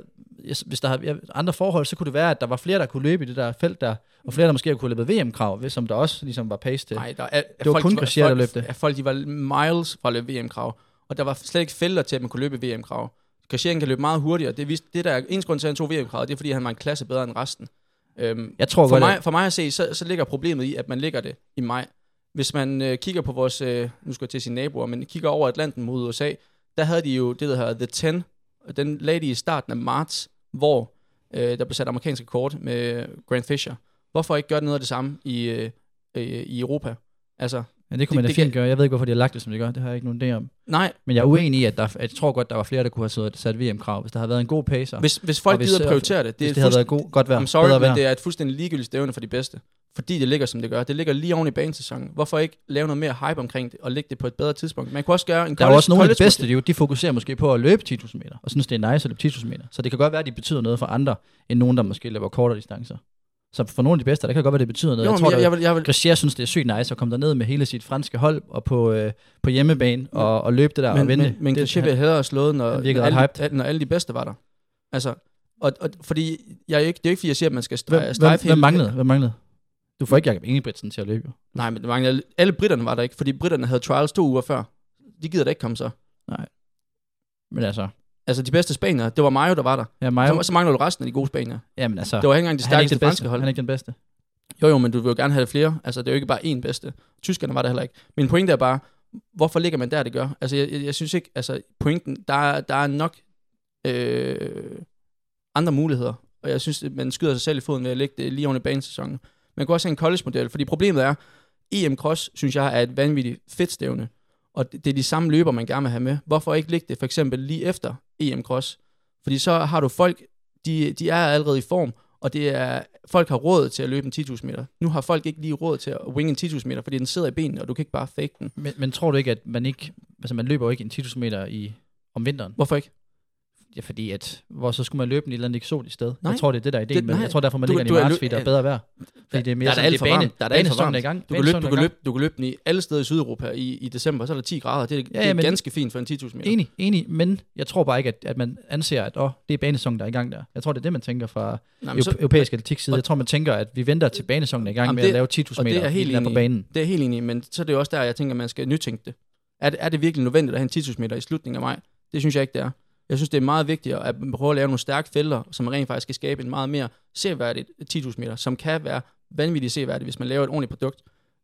havde været andre forhold, så kunne det være, at der var flere, der kunne løbe i det der felt der, og flere, der måske kunne løbe VM-krav, som der også ligesom var pace til. Nej, det var kun Gressier, der løb det. Folk, de var miles fra at løbe VM-krav, og der var slet ikke felter til, at man kunne løbe VM-krav. Gressier kan løbe meget hurtigere. Det der er ens grund til, at han tog VM-kravet, det er, fordi han var en klasse bedre end resten. Jeg tror for mig at se, så ligger problemet i, at man ligger det i maj. Hvis man kigger på vores, nu skal jeg til sine naboer, men kigger over Atlanten mod USA, der havde de jo det, der hedder The 10. Den lagde de i starten af marts, hvor der blev sat amerikansk rekord med Grant Fisher. Hvorfor ikke gøre noget af det samme i Europa? Altså, ja, det kunne man da fint gøre. Jeg ved ikke, hvorfor de har lagt det, som de gør. Det har jeg ikke nogen idé om. Nej. Men jeg er uenig i, at jeg tror godt, der var flere, der kunne have sat VM-krav, hvis der havde været en god pacer. Hvis folk gider prioritere det. Det havde været godt vejr. I'm sorry, men det er et fuldstændig ligegyldigt stævne for de bedste. Fordi det ligger, som det gør. Det ligger lige oven i banesæsonen. Hvorfor ikke lave noget mere hype omkring det, og lægge det på et bedre tidspunkt? Man kunne også gøre en der er også nogle af de bedste, de fokuserer måske på at løbe 10.000 meter, og synes, det er nice at løbe 10.000 meter. Så det kan godt være, at de betyder noget for andre, end nogen, der måske løber kortere distancer. Så for nogle af de bedste, der kan godt være, det betyder noget. Jeg tror, Gressier synes, det er sygt nice at komme derned med hele sit franske hold og på hjemmebane og løbe det der og vinde. Men Gressier vil hellere slået, når alle de bedste var der. Altså, og fordi det er ikke fordi, jeg siger, at man skal strejfe Hvem manglede? Du får ikke Jakob Ingebrigtsen til at løbe. Nej, men alle britterne var der ikke, fordi britterne havde trials 2 uger før. De gider da ikke komme så. Nej. Men altså de bedste spanier, det var Mayo, der var der. Ja, Mayo. Så mangler du resten af de gode spanier. Jamen altså, det var ikke engang de stærkeste franske hold. Han er ikke den bedste. Jo, men du vil jo gerne have flere. Altså, det er jo ikke bare én bedste. Tyskerne var der heller ikke. Min pointe er bare, hvorfor ligger man der, det gør? Altså, jeg synes ikke, altså, pointen, der er nok andre muligheder. Og jeg synes, man skyder sig selv i foden ved at lægge det lige under banesæsonen. Man kan også have en college-model, fordi problemet er, EM Cross, synes jeg, er et vanvittigt fedt stævne. Og det er de samme løber, man gerne vil have med. Hvorfor ikke lægge det for eksempel lige efter EM Cross? Fordi så har du folk, de er allerede i form, og det er, folk har råd til at løbe en 10.000 meter. Nu har folk ikke lige råd til at winge en 10.000 meter, fordi den sidder i benene, og du kan ikke bare fake den. Men tror du ikke, at man løber jo ikke en 10.000 meter om vinteren? Hvorfor ikke? Ja, fordi så skulle man løbe en et eller andet eksotisk sted. Nej. Jeg tror, det er det, der er ideen. Men jeg tror derfor, man ligger den i marts, fordi der er bedre vejr. Fordi det er mere sådan, der er banesæsonen i gang. Du kan løbe den i alle steder i Sydeuropa i december, så er der 10 grader. Det er ganske fint for en 10.000 meter. Enig, men jeg tror bare ikke, at man anser, at det er banesæsonen, der er i gang der. Jeg tror, det er det, man tænker fra europæisk atletikside. Jeg tror, man tænker, at vi venter til banesæsonen er i gang med at lave 10.000 meter på banen. Det er helt enig, men så er det jo også der, jeg tænker, at man skal nytænke det. Er det virkelig nødvendigt at have en 10.000 meter i slutningen af maj? Det synes jeg ikke, det er. Jeg synes, det er meget vigtigt at prøve at lave nogle stærke felter, som rent faktisk skal skabe en meget mere seværdigt 10.000 meter, som kan være vanvittigt seværdigt, hvis man laver et ordentligt produkt.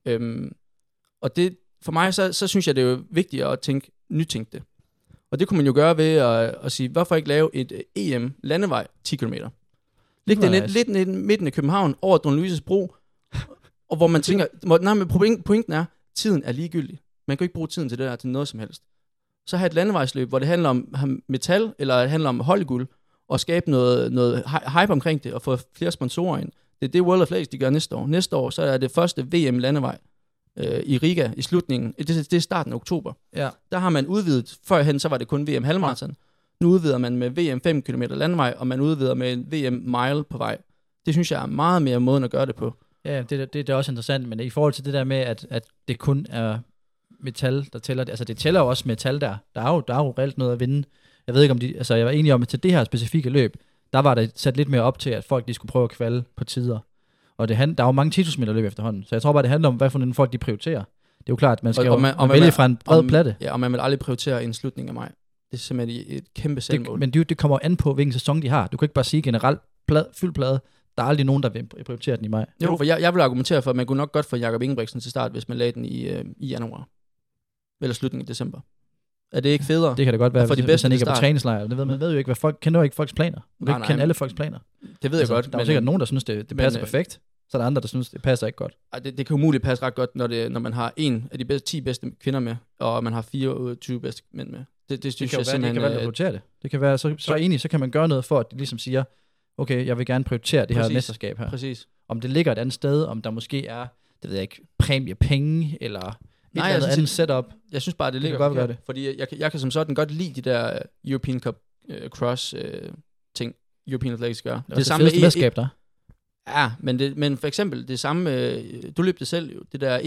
Og det, for mig, så synes jeg, det er jo vigtigt at nytænke det. Og det kunne man jo gøre ved at sige, hvorfor ikke lave et EM landevej 10 km? Læg det lidt midten af København, over Don Louises bro, og hvor man tænker, nej, men pointen er, tiden er ligegyldig. Man kan ikke bruge tiden til det der til noget som helst. Så have et landevejsløb, hvor det handler om metal, eller det handler om holdguld, og skabe noget hype omkring det, og få flere sponsorer ind. Det er det World Athletics, de gør næste år. Næste år, så er det første VM landevej i Riga i slutningen. Det er starten af oktober. Ja. Der har man udvidet, førhen så var det kun VM halvmarathon. Nu udvider man med VM 5 km landevej, og man udvider med en VM mile på vej. Det synes jeg er meget mere måden at gøre det på. Ja, det er også interessant, men i forhold til det der med, at det kun er metal, der tæller det. Altså det tæller jo også metal der. Der er jo reelt noget at vinde. Jeg ved ikke om jeg var enig om, at til det her specifikke løb, der var det sat lidt mere op til, at folk de skulle prøve at kvalde på tider. Og der er jo mange 10.000 meter løb efterhånden. Så jeg tror bare, det handler om, hvad for nogle folk de prioriterer. Det er jo klart, at man skal vælge fra en bred platte. Ja, og man vil aldrig prioritere en slutning af maj. Det er simpelthen et kæmpe selvmål. Men det kommer an på, hvilken sæson de har. Du kan ikke bare sige generelt fyldt plade. Der er aldrig nogen, der vil prioritere den i maj. Jo, for jeg vil argumentere for, at man kunne nok godt få Jakob Ingebrigtsen til start, hvis man lagde den i januar. Eller slutningen af december. Er det ikke federe? Det kan det godt være, hvis han ikke er på træningslejr. Man ved jo ikke, kender jo ikke folks planer. Du kan ikke kende alle folks planer. Det ved jeg godt. Der er sikkert nogen, der synes, det passer perfekt. Så er der andre, der synes, det passer ikke godt. Ej, det kan umuligt passe ret godt, når man har en af de 10 bedste kvinder med, og man har 24 bedste mænd med. Det synes jeg simpelthen... Det kan være, at prioritere det. Det kan være, så enig, så kan man gøre noget for, at de ligesom siger, okay, jeg vil gerne prioritere det her mesterskab her. Præcis. Om det ligger et andet sted, om der måske er, det ved jeg ikke, præmiepenge, eller et eller andet setup. Jeg synes bare, det ligger godt, det. Fordi jeg kan som sådan godt lide de der European Cup Cross ting, European Athletics gør. Det samme med mesterskab der. Ja, men for eksempel det samme, du løb det selv, det der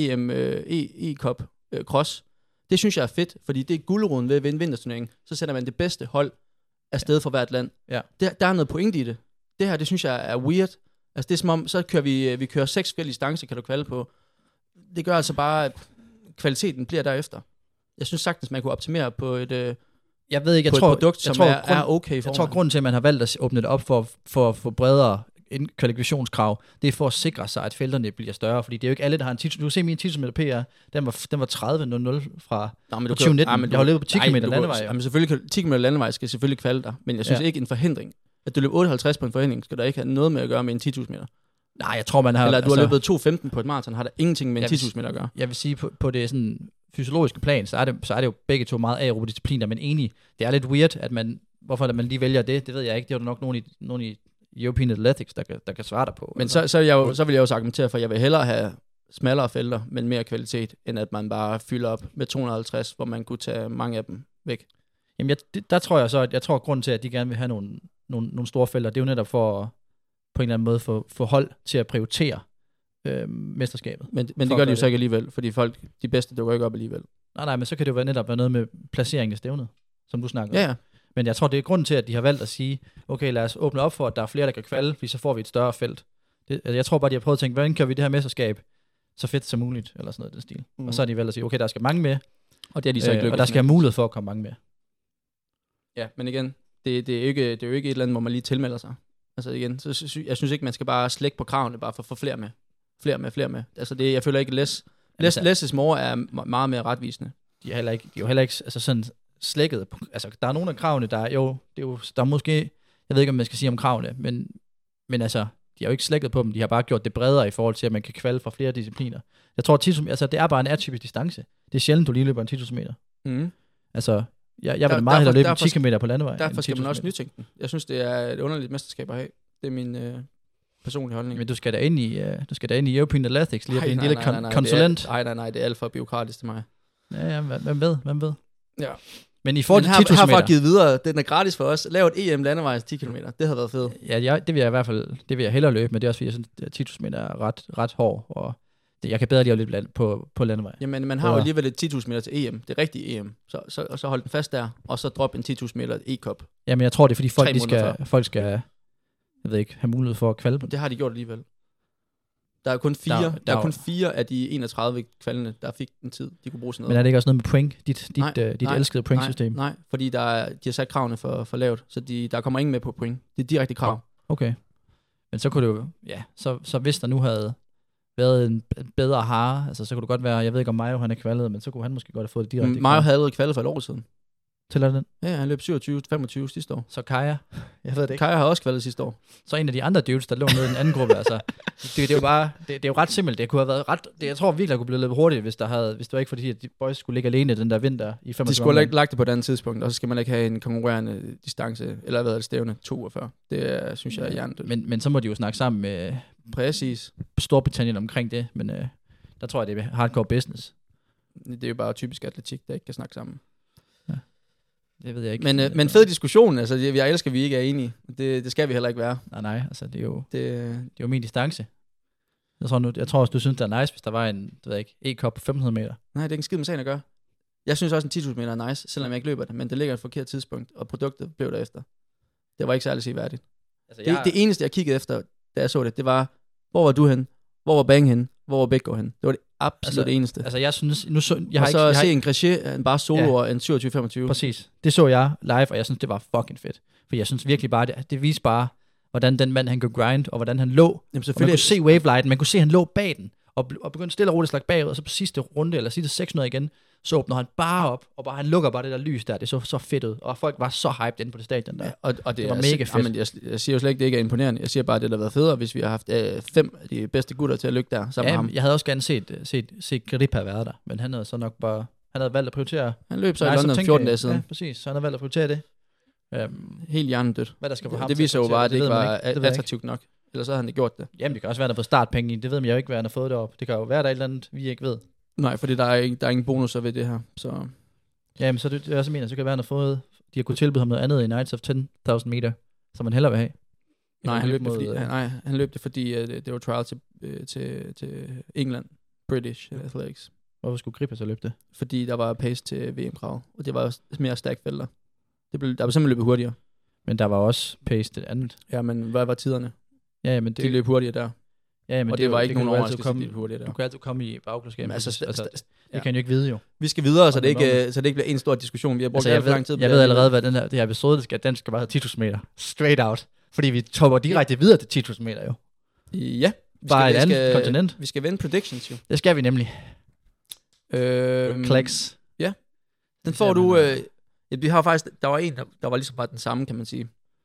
E-Cup Cross, det synes jeg er fedt, fordi det er guldroden ved at vinde vinterturneringen. Så sætter man det bedste hold afsted for hvert land. Ja. Der er noget pointe i det. Det her, det synes jeg er weird. Altså det er som om, så kører vi kører 6 forskellige distancer, kan du kvalde på. Det gør altså bare, at kvaliteten bliver derefter. Jeg synes sagtens, man kunne optimere på et, jeg ved ikke, et produkt, som er okay i formen. Jeg tror, grunden til, at man har valgt at åbne det op for at få bredere kvalifikationskrav, det er for at sikre sig, at felterne bliver større, fordi det er jo ikke alle, der har en 10. Du kan se min 10 meter PR, den var 30.00 fra 2019. Jeg har løbet på 10 km landevej. Jamen selvfølgelig, 10 km landevej skal selvfølgelig kvalde dig, men jeg synes ikke en forhindring. At du løber 58 på en forhindring, skal der ikke have noget med at gøre med en 10.000 meter. Nej, jeg tror, man har... Eller du har løbet 2.15 på et maraton, har der ingenting med en 10.000 meter at gøre. Jeg vil sige, på det sådan fysiologiske plan, så er det jo begge to meget aerobe discipliner, men enig, det er lidt weird, at hvorfor man lige vælger det ved jeg ikke. Det er jo nok nogen i European Athletics, der kan svare dig på. Men så vil jeg også argumentere for, at jeg vil hellere have smallere felter, men mere kvalitet, end at man bare fylder op med 250, hvor man kunne tage mange af dem væk. Jamen, der tror jeg så, at grunden til, at de gerne vil have nogle store felter, det er jo netop for på en eller anden måde få hold til at prioritere mesterskabet. Men det gør de jo så ikke alligevel, fordi de bedste dukker ikke op alligevel. Nej, men så kan det jo netop være noget med placeringen af stævnet, som du snakker om. Ja. Men jeg tror, det er grunden til, at de har valgt at sige, okay, lad os åbne op for, at der er flere, der kan kvalde, fordi så får vi et større felt. Jeg tror bare, de har prøvet at tænke, hvordan kan vi det her mesterskab så fedt som muligt, eller sådan noget i den stil. Og så har de valgt at sige, okay, der skal mange med, og det har de så ikke lykkedes og der skal have mulighed for at komme mange med. Ja, men igen, det er jo ikke et eller andet, hvor man lige tilmelder sig. Altså igen, jeg synes ikke, man skal bare slække på kravene, bare for at få flere med. Flere med. Altså jeg føler ikke, less is more er meget mere retvisende. De er jo heller ikke altså sådan slækket. Altså, der er nogle af kravene, der er måske, jeg ved ikke, om man skal sige om kravene, men altså, de har jo ikke slækket på dem, de har bare gjort det bredere i forhold til, at man kan kvalde fra flere discipliner. Jeg tror, det er bare en atypisk distance. Det er sjældent, du lige løber en 10.000 meter. Mm. Altså, jeg vil meget hellere løbe 10 km på landevej. Derfor skal man også nytænke den. Jeg synes, det er et underligt mesterskab at have. Det er min personlige holdning. Men du skal da ind i European Athletics lige at blive en lille konsulent. Nej, det er alt for bureaukratisk til mig. Ja, hvem ved? Ja. Men i forhold til 10.000 meter... Herfra givet videre, den er gratis for os. Lav et EM landevejs 10 km, det havde været fedt. Ja, det vil jeg i hvert fald, det vil jeg hellere løbe, men det er også fordi, jeg synes, at 10.000 meter er ret hård, og jeg kan bedre lide at løbe på landevej. Jamen, man har jo alligevel et 10.000 meter til EM, det rigtige EM, så hold den fast der, og så drop en 10.000 meter E-Cup. Jamen, jeg tror, det er fordi folk skal, jeg ved ikke, have mulighed for at kvalde. Det har de gjort alligevel. Der er kun 4 af de 31 kvalende, der fik en tid, de kunne bruge sådan noget. Men er det ikke også noget med point? Dit elskede pointsystem? Nej, fordi de har sat kravene for lavt, så der kommer ingen med på point. Det er direkte krav. Okay. Men så kunne det jo, ja, så hvis der nu havde været en bedre hare, altså så kunne det godt være, jeg ved ikke om Majo han er kvalet, men så kunne han måske godt have fået det direkte. Majo havde allerede kvalet for et år siden. Til den? Ja, han løb 27-25 sidste år. Så Kaja? Jeg ved det ikke. Kaja har også kvalet sidste år. Så en af de andre dudes, der lå nede i den anden gruppe, altså. Det er jo bare, det er jo ret simpelt. Det kunne have været ret, jeg tror virkelig, der kunne blive løbet hurtigt, hvis det var ikke fordi, at de boys skulle ligge alene den der vinter i 25. De skulle have lagt det på et andet tidspunkt, og så skal man ikke have en konkurrerende distance, eller hvad er det, stævne 42. Det synes jeg er hjernedødt. Men så må de jo snakke sammen med præcis Storbritannien omkring det, men der tror jeg, det er hardcore business. Det er jo bare typisk atletik, der ikke kan snakke sammen. Det ved jeg ikke. Men fed diskussion, altså jeg elsker, at vi ikke er enige. Det skal vi heller ikke være. Nej, altså det er jo min distance. Jeg tror også, du synes, det er nice, hvis der var en, det ved jeg ikke, E-Cup på 1500 meter. Nej, det er ikke en skid med sagen at gøre. Jeg synes også, en 10.000 meter er nice, selvom jeg ikke løber det, men det ligger et forkert tidspunkt, og produktet blev derefter. Det var ikke særlig seværdigt. Altså, det eneste, jeg kiggede efter, da jeg så det var, hvor var du hen? Hvor var Bang hen? Hvor var Bækgaard hen? Det var det absolut eneste. Altså jeg synes, jeg har se en Grachet, bare solo og en 27-25. Præcis. Det så jeg live, og jeg synes, det var fucking fedt. For jeg synes virkelig bare, det viste bare, hvordan den mand, han kunne grind, og hvordan han lå. Jamen, og man kunne se wavelighten, man kunne se, han lå bag den, og begyndte stille og roligt slag bagud, og så på sidste runde, eller sidste 600 igen, så åbner han bare op, og han lukker bare det der lys der. Det så fedt ud, og folk var så hyped inde på det stadion der. Ja, og det var er mega fedt. Jamen, jeg siger jo slet ikke, det ikke er imponerende. Jeg siger bare, at det der har været federe, hvis vi har haft 5 af de bedste gutter til at lykke der sammen med ham. Jeg havde også gerne set Gripa være der, men han havde så nok bare... Han havde valgt at prioritere... Han løb så i London 14 dage siden. Ja, præcis. Så han havde valgt at prioritere det. Helt hjernedødt. Hvad der skal få ham det viser jo bare, at det ikke var ikke. attraktivt nok. Ellers så havde han det gjort det. Jamen, det kan også være, at han har fået startpenge i. Det ved man jo ikke, hvad han har fået derop. Det kan jo være, der er et eller andet, vi ikke ved. Nej, fordi der er ingen bonusser ved det her. Så... Jamen, så det jeg også mener, så kan det være, at han har fået... De har kunnet tilbyde ham noget andet i Nights of 10.000 meter, som man hellere vil have. Nej, han løb det, fordi det var trial til England, British Athletics. Hvorfor skulle Gripa så løbe det? Fordi der var pace til VM-krav, og det var mere stærkt felter. Der blev simpelthen løbet hurtigere. Men der var også pace til det andet. Ja, men hvad var tiderne? Ja, men de løb hurtigere der. Ja, men og det var ikke nogen overraskelse, de løb hurtigere der. Du kan altid komme i bagklodskab. Altså, det kan jo ikke vide jo. Vi skal videre, så det ikke bliver en stor diskussion. Vi har brugt alt for lang tid på jeg ved allerede, hvad det her episode den skal bare have 10.000 meter. Straight out. Fordi vi topper direkte videre til 10.000 meter jo. Ja. Bare et andet kontinent. Vi skal vende predictions jo. Det skal vi nemlig. Kleks. Ja. Den får du... vi har faktisk... Der var en, der var ligesom bare den samme, kan man sige.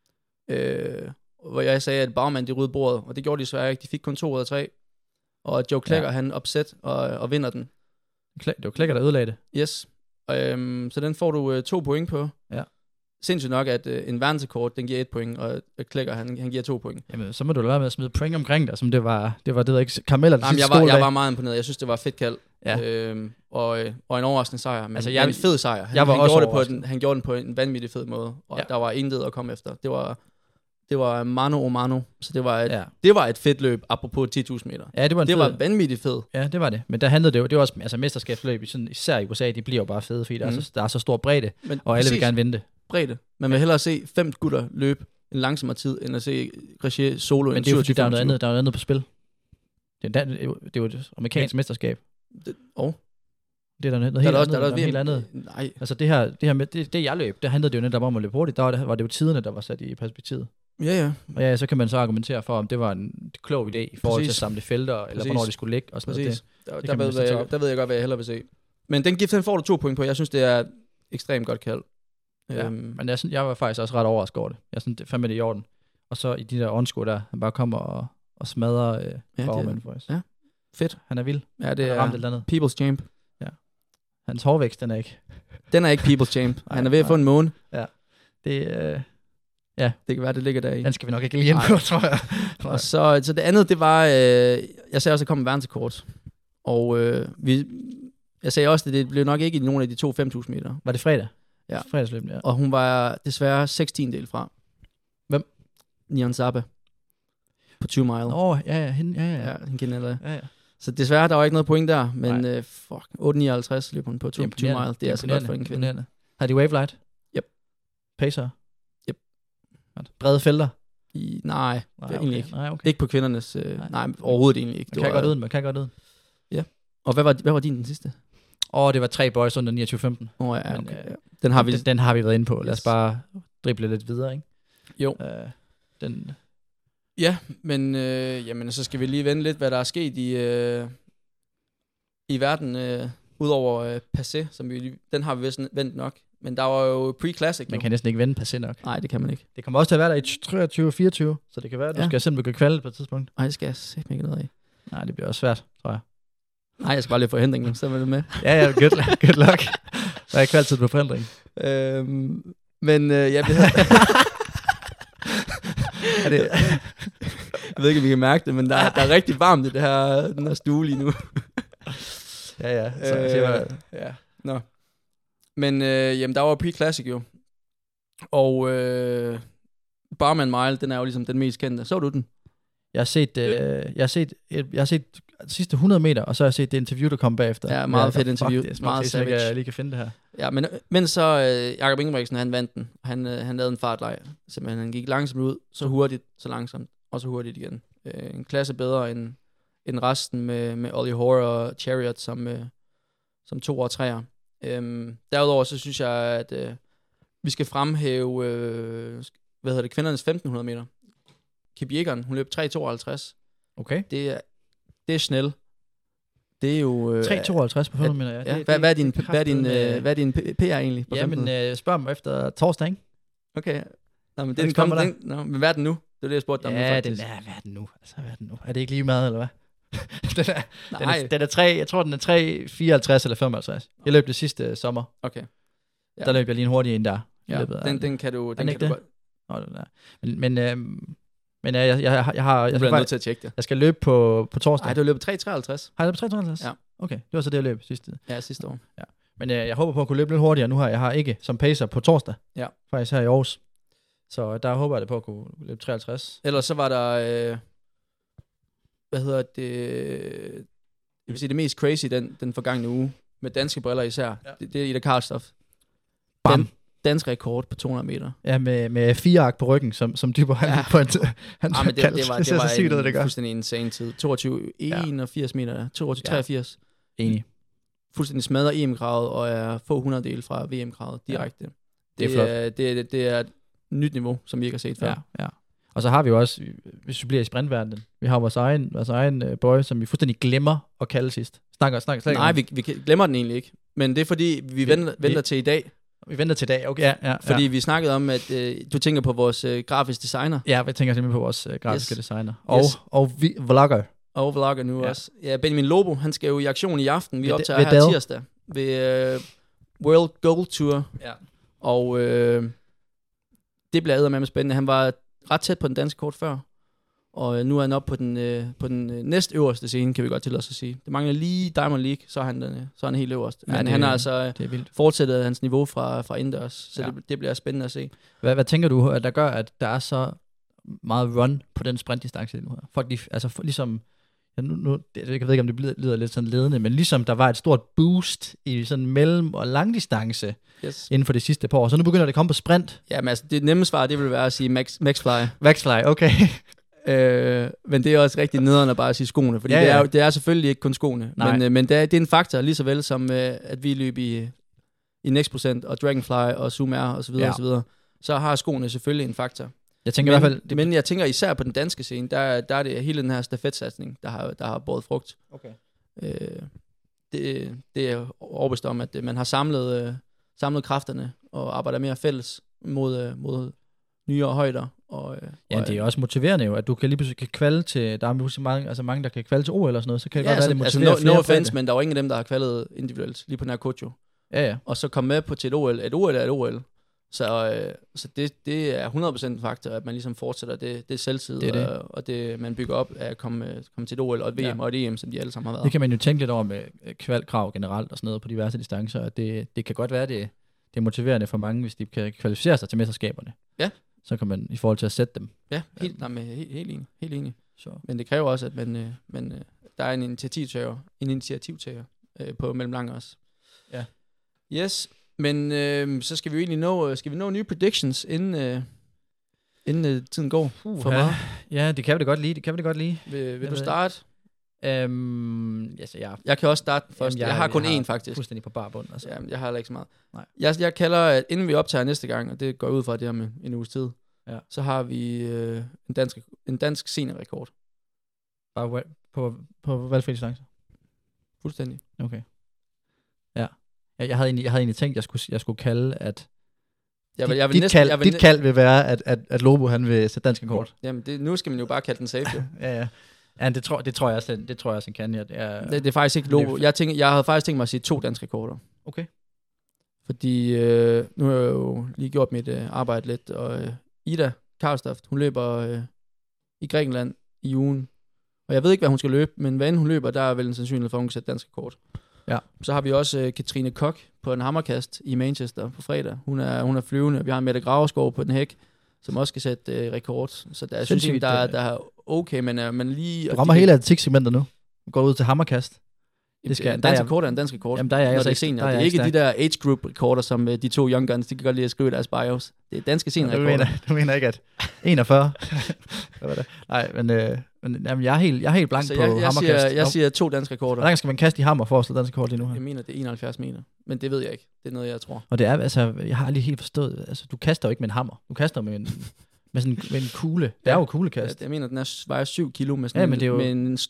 Hvor jeg sagde, at Baumann, de rydde bordet. Og det gjorde de desværre ikke. De fik kun 2 ud af 3. Og Joe Klecker, han upset og vinder den. Det var Klecker, der ødelagde det. Yes. Så den får du 2 point på. Ja. Sindssygt nok, at en verdensrekord, den giver 1 point, og Klecker, han giver 2 point. Jamen, så må du lade være med at smide point omkring dig, som det var ikke karameller. Jeg var meget imponeret. Jeg synes, det var fedt kald. Ja. Og en overraskende sejr. Men altså, en fed sejr. Han gjorde den på en vanvittig fed måde. Og der var intet at komme efter. Det var mano a mano. Så det var et fedt løb, apropos 10.000 meter. Ja, det var vanvittigt fed. Ja, det var det. Men der handlede det var også, altså mesterskabsløb, især i USA, de bliver jo bare fede, fordi der er så stor bredde, og alle vil gerne vinde det. Bredde. Man vil hellere se 5 gutter løbe en langsommere tid, end at se Gressier solo. Men det er jo fordi, der er noget andet på spil. Det er jo et amerikansk mesterskab. Det er der noget helt andet. Nej. Altså det jeg løb, der handlede det jo netop om at løbe hurtigt. Der var det jo tiderne, der var sat i perspektivet. Ja. Og ja, så kan man så argumentere for, om det var en klog idé i forhold til at samle felter, eller hvornår de skulle ligge og sådan noget. Der ved jeg godt, hvad jeg hellere vil se. Men den får du 2 point på. Jeg synes, det er ekstremt godt kald. Ja, men jeg var faktisk også ret overrasket over det. Jeg synes, det er fandme det i orden. Og så i de der åndsko der, han bare kommer og smadrer Baumann for os. Ja, fedt. Han er vild. Ja, det er People's Champ. Ja. Hans hårvækst, den er ikke. Den er ikke People's Champ. Han er ved at få en måne. Ja. Det kan være, det ligger der i. Den skal vi nok ikke lige ind på, tror jeg. Og så det andet, det var, jeg sagde også, at der kom en verdensrekord. Og jeg sagde også, at det blev nok ikke i nogen af de 2 5.000 meter. Var det fredag? Ja. Fredagsløbet, ja. Og hun var desværre 16 fra. Hvem? Nian Zappa. På 20 mile. Ja, hende kender jeg. Ja. Så desværre, der var ikke noget point der, men 8.59 løb hun på 20 mile. Det er altså godt for en kvinde. Har de wave light? Yep. Pacer? Yep. Brede felter? Nej, egentlig ikke. Nej, okay. Ikke på kvindernes... nej, overhovedet egentlig ikke. Man kan godt ud. Ja. Og hvad var din den sidste? Det var 3 boys under 29-15. Ja, okay. Den har vi været inde på. Lad os bare drible lidt videre, ikke? Jo. Ja, men jamen, så skal vi lige vende lidt, hvad der er sket i verden, udover Passé, som den har vi vist vendt nok. Men der var jo pre-classic. Man kan næsten ikke vende Passé nok. Nej, det kan man ikke. Det kommer også til at være der i 23-24, så det kan være, at du skal simpelthen gå kvalde på et tidspunkt. Nej, det skal jeg simpelthen ikke noget af. Nej, det bliver også svært, tror jeg. Nej, jeg skal bare lige få forhindringen, så er du med. Ja, good luck. Der er ikke altid på forhindring. Men jeg ved ikke, om vi kan mærke det, men der er rigtig varmt i den her stue lige nu. Ja. Ja. Nå. Men jamen, der var pre-classic jo. Og Barman Mile, den er jo ligesom den mest kendte. Så du den? Jeg har set de sidste 100 meter, og så har jeg set det interview, der kom bagefter. Ja, meget fedt interview. Det er meget savage. Jeg lige kan finde det her. Ja, men så Jakob Ingebrigtsen, han vandt den. Han lavede en fartlej. Simpelthen, han gik langsomt ud, så hurtigt, så langsomt, og så hurtigt igen. En klasse bedre end resten med Ollie Hoare og Chariot som 2 og 3'er. Derudover så synes jeg, at vi skal fremhæve kvindernes 1500 meter. Kip Jægeren, hun løb 3.52. Okay. Det er snel. Det er jo... 3,52 på 100 meter, ja. Hvad er din PR egentlig? På Jamen, spørg mig efter torsdag, ikke? Okay. Nå, men den kommer der. Nå, men hvad er den nu? Det er det, jeg spurgte dig om. Ja, hvad er den nu? Altså, hvad er den nu? Er det ikke lige meget, eller hvad? den er 3, jeg tror, den er 3,54 eller 55. Jeg løb det sidste sommer. Okay. Ja. Der løb jeg lige en hurtig ind der. Ja, den kan du godt. Men jeg bliver nødt til at tjekke det. Jeg skal løbe på torsdag. Nej, du løb 3,53. Har jeg løbet 3,53? Ja. Okay, det var så det, jeg løb sidste år. Ja. Men jeg håber på at kunne løbe lidt hurtigere nu her. Jeg har ikke som pacer på torsdag. Ja. Faktisk her i Aarhus. Så der håber jeg det på at kunne løbe 53. Ellers så var der... hvad hedder det? Jeg vil sige, det mest crazy den forgangne uge. Med danske briller især. Ja. Det er Ida Karlstof. Bam! Dansk rekord på 200 meter. Ja, med 4 ark på ryggen, som Dyber han på en men det var en fuldstændig insane tid. 22,81 meter. 22,83. Enig. Fuldstændig smadrer EM-kravet og er få 100-dele fra VM-kravet direkte. Det er flot. Det er et nyt niveau, som vi ikke har set før. Ja. Og så har vi jo også, hvis vi bliver i sprintverdenen, vi har vores egen boy, som vi fuldstændig glemmer at kalde sidst. Snakker Nej, vi glemmer den egentlig ikke. Men det er fordi, vi venter til i dag. Vi venter til i dag, okay. Ja. Fordi vi snakkede om, at du tænker på vores grafiske designer. Ja, vi tænker simpelthen på vores grafiske designer. Og vlogger. Og vlogger nu også. Ja, Benjamin Lobo, han skal jo i aktion i aften. Vi optager her tirsdag ved World Gold Tour. Ja. Og det bliver eddermame spændende. Han var ret tæt på den danske kort før. Og nu er han oppe på den næstøverste scene, kan vi godt til os at sige. Det mangler lige Diamond League, så er han helt øverst. Men han har altså fortsættet hans niveau fra indendørs, så det bliver spændende at se. Hvad tænker du, at der gør, at der er så meget run på den sprintdistance nu her? Folk, ligesom, jeg ved ikke, om det lyder lidt sådan ledende, men ligesom der var et stort boost i sådan mellem- og langdistance inden for de sidste par år, så nu begynder det at komme på sprint. Ja, men altså, det nemme svar, det vil være at sige Maxfly. Maxfly, okay. Men det er også rigtig nederen at bare sige skoene, fordi det er selvfølgelig ikke kun skoene, men det er en faktor, lige så vel som at vi løb i Next% og Dragonfly og Zoom R og så videre og så videre, så har skoene selvfølgelig en faktor. Jeg tænker i hvert fald, men jeg tænker især på den danske scene, der er det hele den her stafetsatsning, der har båret frugt. Okay. Det er overbevist om, at man har samlet kræfterne og arbejder mere fælles mod nyere højder. Det er også motiverende jo, at du kan lige pludselig kvalde til, der er mange, der kan kvalde til OL eller sådan noget, så kan det godt være, det motiverer flere. No offense, men der er jo ingen af dem, der har kvaldet individuelt, lige på den her Kocho. Ja. Og så komme med til et OL. Et OL er et OL. Så det er 100% en faktor, at man ligesom fortsætter det selvtid, og det man bygger op af at komme til et OL og et VM og et EM, som de alle sammen har været. Det kan man jo tænke lidt over med kvalkrav generelt og sådan noget på diverse distancer, at det kan godt være, det er motiverende for mange, hvis de kan kvalificere sig til mesterskaberne. Ja. Så kan man i forhold til at sætte dem. Ja, helt enig. Så. Men det kræver også, at der er en initiativtager på mellemlang også. Ja. Yes, men så skal vi jo egentlig nå nye predictions, inden tiden går for meget. Ja, det kan vi da godt lide. Vil du starte? Jeg kan også starte først. Jeg har kun én faktisk. Fuldstændig på bar bund. Altså. Jamen, jeg har heller ikke så meget. Nej. Jeg kalder, at inden vi optager næste gang, og det går ud fra det her med en uges tid, så har vi en dansk seniorrekord. Bare på valgfri distance? Fuldstændig. Okay. Ja. Jeg havde egentlig tænkt, jeg skulle kalde, at dit kald vil være, at Lobo han vil sætte dansk rekord. Jamen, nu skal man jo bare kalde den safe. Ja. Ja, det tror jeg også, han kan. Det er faktisk ikke Lobo. Jeg havde faktisk tænkt mig at sige 2 danske rekorder. Okay. Fordi nu har jeg jo lige gjort mit arbejde lidt, og Ida Karlstof, hun løber i Grækenland i ugen. Og jeg ved ikke, hvad hun skal løbe, men hvad end hun løber, der er vel en sandsynlighed for, at hun kan sætte dansk rekord. Ja. Så har vi også Katrine Koch på en hammerkast i Manchester på fredag. Hun er flyvende. Vi har Mette Graveskov på den hæk, som også skal sætte rekord. Så der synes jeg, der er okay, men lige... Du rammer hele atletiksegmentet nu. Du går ud til hammerkast. Det skal, dansk rekord er en dansk rekord. Jamen, der er jeg altså ikke. Det er ikke de der age group rekorder, som de 2 young guns, de kan godt lide at skrive i deres bios. Det er danske seniorrekorder. Du mener ikke, at 41? Nej, men jeg er helt blank på hammerkast. Jeg siger 2 danske rekorder. Hvor langt skal man kaste i hammer for at slå dansk rekord lige nu her? Jeg mener, det er 71 meter. Men det ved jeg ikke. Det er noget, jeg tror. Og det er, altså, jeg har lige helt forstået, altså, du kaster jo ikke med en hammer. Du kaster med en kugle. Det er jo kuglekast. Jeg mener, den vejer 7 kilo med en strå.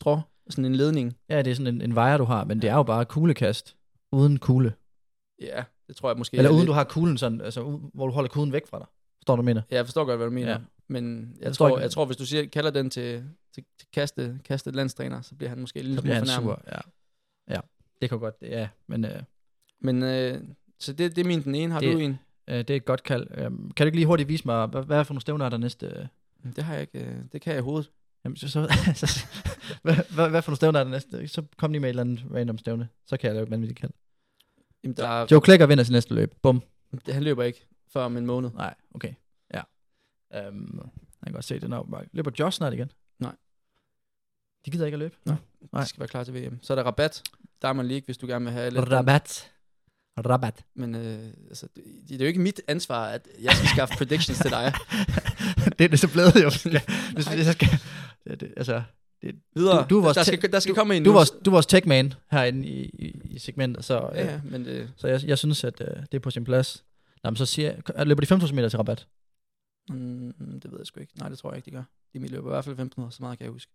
Sådan en ledning. Ja, det er sådan en wire, du har, men det er jo bare kuglekast uden kugle. Ja, det tror jeg måske. Eller uden du har kuglen sådan, altså hvor du holder kuglen væk fra dig. Forstår du, hvad du mener? Ja, jeg forstår godt, hvad du mener. Ja. Men jeg tror, hvis du kalder den til kaste landstræner, så bliver han måske lidt mere fornærmet. Ja, det kan godt, ja. Men så det er den ene. Har du en? Det er et godt kald. Kan du ikke lige hurtigt vise mig, hvad er for nogle stævner der næste? Det har jeg ikke. Det kan jeg i hovedet. Jamen, hvad for nogle stævner er der næste? Så kom lige med et eller andet random stævne. Så kan jeg lave et vanvittigt kald. Jamen, Joe Klecker vinder sin næste løb. Bum. Han løber ikke før om en måned. Nej, okay. Ja. Jeg kan godt se det når. Løber Josh snart igen? Nej. De gider ikke at løbe? Nej. De skal være klar til VM. Så er der rabat. Der er man lige, hvis du gerne vil have lidt. Rabat. Men altså, det er jo ikke mit ansvar, at jeg skal skaffe predictions til dig. det er så blevet jo. Hvis jeg skal... altså... Videre. Der skal komme en. Du er vores tech-man herinde i segmentet, så, men så jeg synes, at det er på sin plads. Jamen, så løber de 5.000 meter til rabat? Det ved jeg sgu ikke. Nej, det tror jeg ikke, de gør. De løber i hvert fald 1.500, så meget kan jeg huske.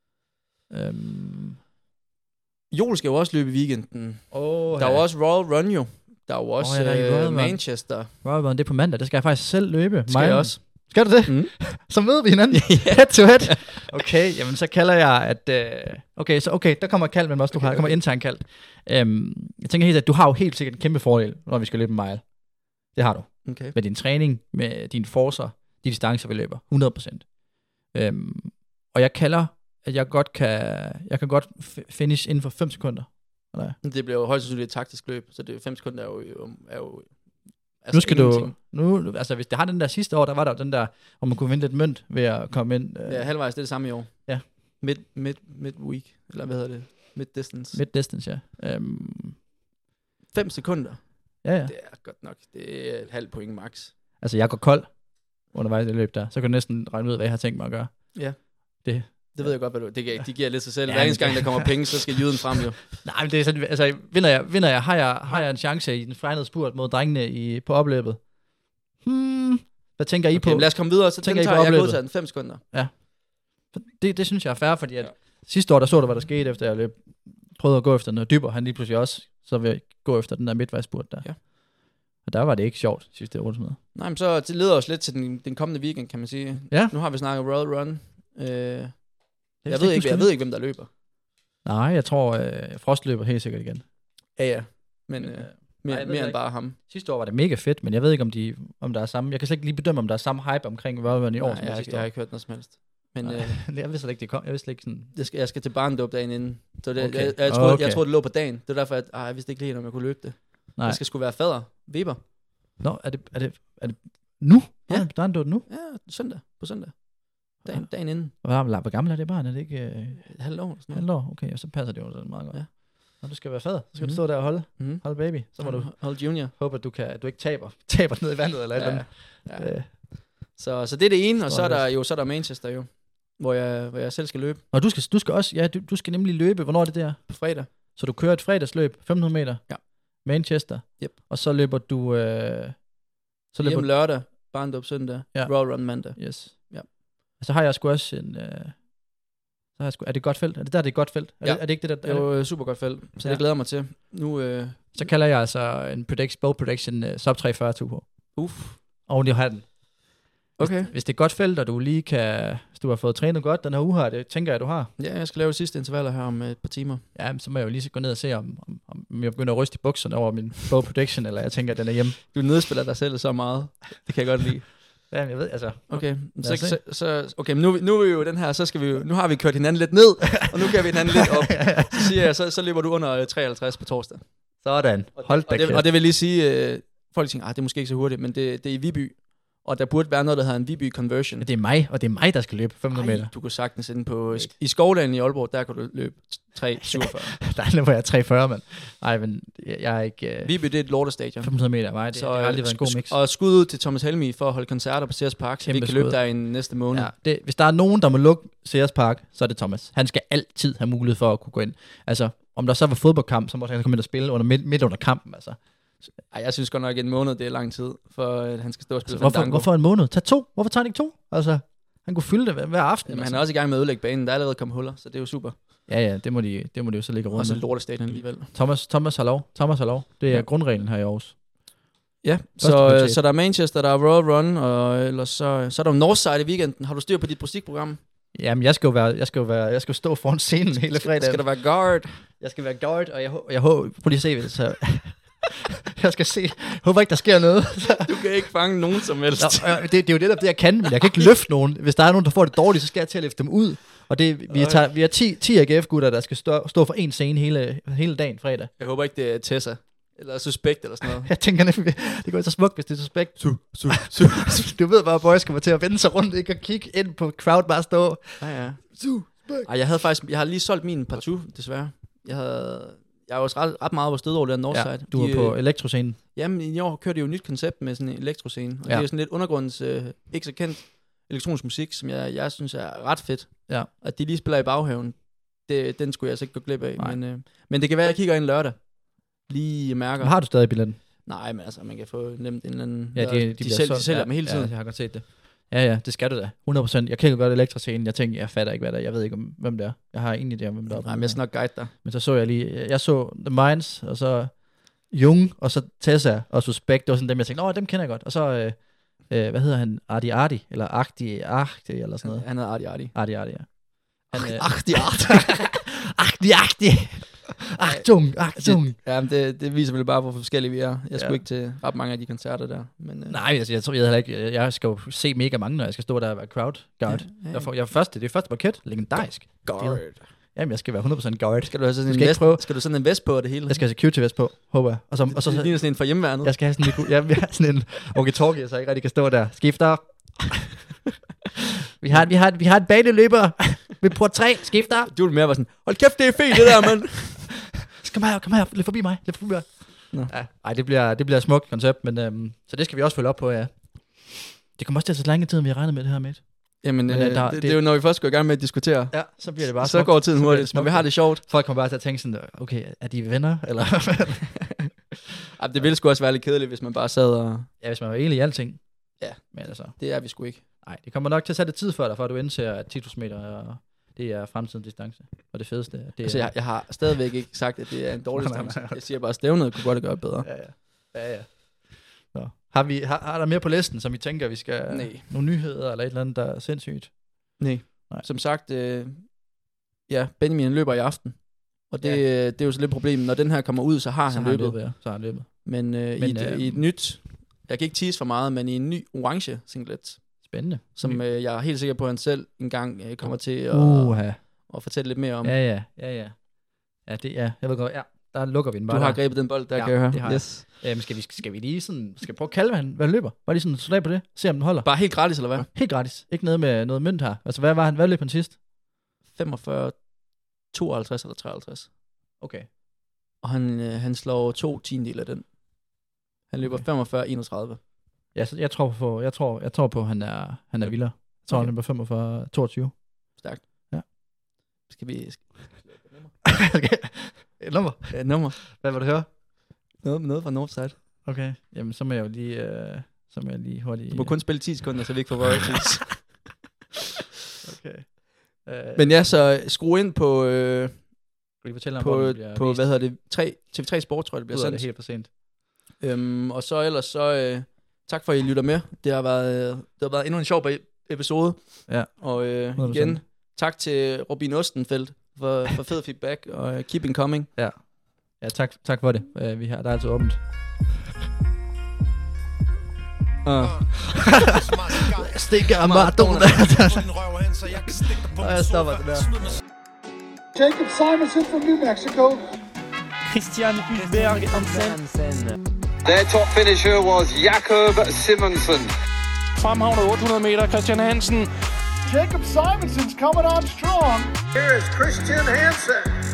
Joel skal jo også løbe i weekenden. Der er jo også Royal Run jo. Der er jo også Manchester. Royal Run, det er på mandag. Det skal jeg faktisk selv løbe. Skal jeg også. Skal du det? Mm. Så møder vi hinanden. Head to head. Okay, jamen så kalder jeg, at... Okay, der kommer kald, men også der kommer intern kald. Jeg tænker helt, at du har jo helt sikkert en kæmpe fordel, når vi skal løbe en mile. Det har du. Okay. Med din træning, med dine forcer, de distancer, vi løber. 100%. Og jeg kalder, at jeg kan godt finish inden for 5 sekunder. Eller? Det bliver jo højst sandsynligt et taktisk løb, så det 5 sekunder er jo altså nu skal ingenting. Altså hvis det har den der sidste år, der var der den der, hvor man kunne vinde lidt mønt ved at komme ind. Ja, halvvejs, det er det samme i år. Ja. Mid-week, eller hvad hedder det? Mid-distance. Mid-distance, ja. 5 sekunder. Ja. Det er godt nok. Det er et halvt point max. Altså jeg går kold undervejs i det løb der, så kan du næsten regne ud, hvad jeg har tænkt mig at gøre. Ja. Det ved jeg godt, hvad de giver lidt sig selv. Hver eneste gang, der kommer penge, så skal jyden frem jo. Nej, men det er sådan, altså, vinder jeg, har jeg en chance i den fregnede spurt mod drengene på opløbet? Hvad tænker I på? Lad os komme videre, så tænker jeg godtaget den 5 sekunder. Ja. Det synes jeg er fair, fordi at sidste år, der så du, hvad der skete, efter jeg prøvede at gå efter noget dybere. Han lige pludselig også, så vil jeg gå efter den der midtvejsspurt der. Ja. Og der var det ikke sjovt, sidste rundsmøde. Nej, men så det leder os lidt til den kommende weekend, kan man sige. Ja. Nu har vi snakket Royal Run. Jeg ved ikke, hvem der løber. Nej, jeg tror, Frost løber helt sikkert igen. Ja. Men mere end bare ham. Sidste år var det mega fedt, men jeg ved ikke, om der er samme. Jeg kan slet ikke lige bedømme, om der er samme hype omkring Royal Run i år. Nej, jeg har ikke hørt noget som helst. Men jeg vidste ikke, det kom. Jeg vidste ikke sådan... Jeg skal til barndåb dagen inden. Så det, okay. jeg troede, det lå på dagen. Det er derfor, at jeg vidste ikke lige, om jeg kunne løbe det. Nej. Jeg skal sgu være fader. Weber. Nå, er det nu? Ja. Barndåb nu? Ja, på søndag. Dagen inden. Hvor gammel er det barn? Er det ikke... Et halvt år? Halvt år, okay. Og så passer det jo sådan meget godt. Ja. Når du skal være fader, så skal du stå der og holde baby. Så må du holde junior. Håber, at du ikke taber ned i vandet eller et eller andet. Så det er det ene, og så er der Manchester jo, hvor jeg selv skal løbe. Og du skal også, du skal nemlig løbe. Hvornår er det der? På fredag. Så du kører et fredagsløb, 1500 meter? Ja. Manchester? Yep. Og så løber du... Hjem lørdag, barndåb søndag, Royal Run mandag. Yes. Ja. Så har jeg sgu også en... er det godt felt? Er det der, det er godt felt? Er det ikke det der? Det er jo super godt felt, så det glæder mig til. Nu, så kalder jeg altså en bold prediction sub 340 på. Og det har den. Okay. Hvis det er godt felt, og du lige kan... Hvis du har fået trænet godt den her uge her, det tænker jeg, du har. Ja, jeg skal lave de sidste intervaller her om et par timer. Ja, så må jeg jo lige gå ned og se, om jeg begynder at ryste i bukserne over min bold prediction, eller jeg tænker, at den er hjemme. Du nedspiller dig selv så meget. Det kan jeg godt lide. Ja, jeg ved, altså... Okay, okay, men nu er vi jo den her, så skal vi jo... Nu har vi kørt hinanden lidt ned, og nu kan vi hinanden lidt op. Så siger jeg, så løber du under 53 på torsdag. Sådan. Hold da kæft. Og det vil lige sige... folk tænker, det er måske ikke så hurtigt, men det er i Viby. Og der burde være noget, der hedder en Viby Conversion. Men det er mig, der skal løbe 500 meter. Du kunne sagtens inde på... I Skovdagen i Aalborg, der kan du løbe 3.47. Der løber jeg 3.40, mand. Nej, men jeg er ikke... Viby, det er et lortestadion. 500 meter, nej. Det har aldrig været en god mix. Og skud ud til Thomas Helmi for at holde koncerter på Sears Park, så vi kan løbe der i næste måned. Ja, hvis der er nogen, der må lukke Sears Park, så er det Thomas. Han skal altid have mulighed for at kunne gå ind. Altså, om der så var fodboldkamp, så måtte han komme ind og spille midt under kampen, altså. Ej, jeg synes godt nok, at en måned, det er lang tid, for at han skal stå og spille hvorfor en måned? Tag 2. Hvorfor tager han ikke 2? Altså, han kunne fylde det hver aften. Jamen, han er også i gang med at ødelægge banen. Der er allerede kommet huller, så det er jo super. Ja, det må de jo så ligge rundt. Og så lortestadion alligevel. Thomas har lov. Det er grundreglen her i Aarhus. Ja, så der er Manchester, der er Royal Run, og ellers så er der Northside i weekenden. Har du styr på dit musikprogram? Jamen, jeg skal stå foran scenen hele fredagen. Skal der være guard? Jeg skal være guard, og jeg håber, prøv lige at se, så jeg skal se. Jeg håber ikke, der sker noget. Du kan ikke fange nogen som helst. Det er jo det, jeg kan, men jeg kan ikke løfte nogen. Hvis der er nogen, der får det dårligt, så skal jeg til at løfte dem ud. Og vi er 10 AGF-gutter, der skal stå for en scene hele dagen fredag. Jeg håber ikke, det er Tessa. Eller Suspekt eller sådan noget. Jeg tænker nemlig, det går så smukt, hvis det er Suspekt. Du ved bare, at boys kommer til at vende sig rundt, ikke at kigge ind på crowd, bare stå. Ja. Ej, jeg har lige solgt min partout, desværre. Jeg var også ret meget på stedord der Northside. Ja, du var på elektroscenen. Jamen, i år kørte de jo et nyt koncept med sådan en elektroscene. Og det er sådan lidt undergrunds, ikke så kendt elektronisk musik, som jeg synes er ret fedt. Ja. At de lige spiller i baghaven. Den skulle jeg altså ikke gå glip af. Men det kan være, at jeg kigger ind lørdag. Lige mærker. Men har du stadig billetten? Nej, men altså, man kan få nemt en eller anden... Ja, de sælger dem hele tiden. Ja, jeg har godt set det. Ja, det skal du da. 100%. Jeg kigger godt elektroscenen. Jeg tænker, jeg fatter ikke, hvad der er. Jeg ved ikke, hvem det er. Jeg har ingen idé om, hvem der er. Nej, men jeg skal nok guide dig. Men så jeg lige... Jeg så The Minds, og så Jung, og så Tessa, og Suspekt. Det var sådan dem, jeg tænkte, dem kender jeg godt. Og så, hvad hedder han? Ardi, eller Agdi, eller sådan noget. Han hedder Ardi. Ardi, ja. Agdi. Achtung. Ja, det viser vel bare, hvor forskellige vi er. Jeg skulle ikke til ret mange af de koncerter der. Men, nej, altså, jeg tror heller ikke. Jeg skal jo se mega mange, når jeg skal stå der og være crowd guard. Ja. Det er første parket. Legendarisk. Guard. Jamen, jeg skal være 100% guard. Skal du have sådan en vest på det hele? Jeg skal have security-vest på, håber jeg. Og så det ligner sådan en fra hjemmeværnet. Jeg skal have sådan en walkie-talkie, så jeg ikke rigtig kan stå der. Skifter. Vi har et baneløber ved port 3. Skifter. Du ville mere være sådan, hold kæft, det er fedt det der, mand. Kom her, lidt forbi mig. Ja, ej, det bliver et smukt koncept, men så det skal vi også følge op på, ja. Det kommer også til at tage længere tid, end vi har regnet med det her med. Jamen, det er jo, når vi først går i gang med at diskutere. Ja, så bliver det bare så går tiden hurtigt, når vi har det sjovt. Folk kommer bare til at tænke sådan, okay, er de venner, eller? Ej, det ville sgu også være lidt kedeligt, hvis man bare sad og... Ja, hvis man var enig i alting. Ja, men altså. Det er vi sgu ikke. Nej, det kommer nok til at sætte tid for dig, for at du indser, at 10.000 meter det er fremtidens distance. Og det fedeste. Altså, jeg har stadigvæk ikke sagt, at det er en dårlig distance. Jeg siger bare, at stævnet kunne godt gøre bedre. Ja. Så. Har der mere på listen, som vi tænker, vi skal... Nej. Nogle nyheder eller et eller andet, der er sindssygt? Nej. Som sagt, Benjamin løber i aften. Og det er jo så lidt problemet. Når den her kommer ud, så har han løbet. Så har han løbet. Men i et nyt... Jeg kan ikke tease for meget, men i en ny orange singlet. Spændende. Som jeg er helt sikker på, at han selv engang kommer til at fortælle lidt mere om. Ja. Jeg ved godt, der lukker vi den bare. Du har grebet den bold, der kan jeg høre. Det har jeg. Skal vi lige sådan, skal vi prøve at kalde, hvad han løber? Bare lige sådan slag på det, se om den holder. Bare helt gratis, eller hvad? Ja, helt gratis. Ikke noget med noget mønt her. Altså, hvad løb han sidst? 45, 52 eller 53. Okay. Og han slår 2/10 af den. Han løber 45, 31. Ja, så jeg tror på, han er vildere. Jeg tror, han løber 45, 22. Stærkt. Ja. Skal vi... Et nummer? Ja, et nummer. Hvad vil du høre? Noget fra Northside. Okay. Jamen, så må jeg jo lige hurtigt... Du må kun spille 10 sekunder, så vi ikke får royalties. Okay. Men ja, så skru ind på... på hvad hedder det? TV3 Sport, tror jeg, det bliver sendt. Det er helt for sent. Og så ellers så... tak for, at I lytter med. Det har været endnu en sjov episode. Ja. Og igen, tak til Robin Ostenfeldt for fed feedback, og keep in coming. Ja, tak for det. Der er altid åbent. Stikker Maradona. Jeg stopper det der. Jacob Simonson from New Mexico. Christian Hulberg Hansen. Their top finisher was Jakob Simonsen. Fremhavnet 800 meter, Christian Hansen. Jacob Simonson's coming on strong. Here is Christian Hansen.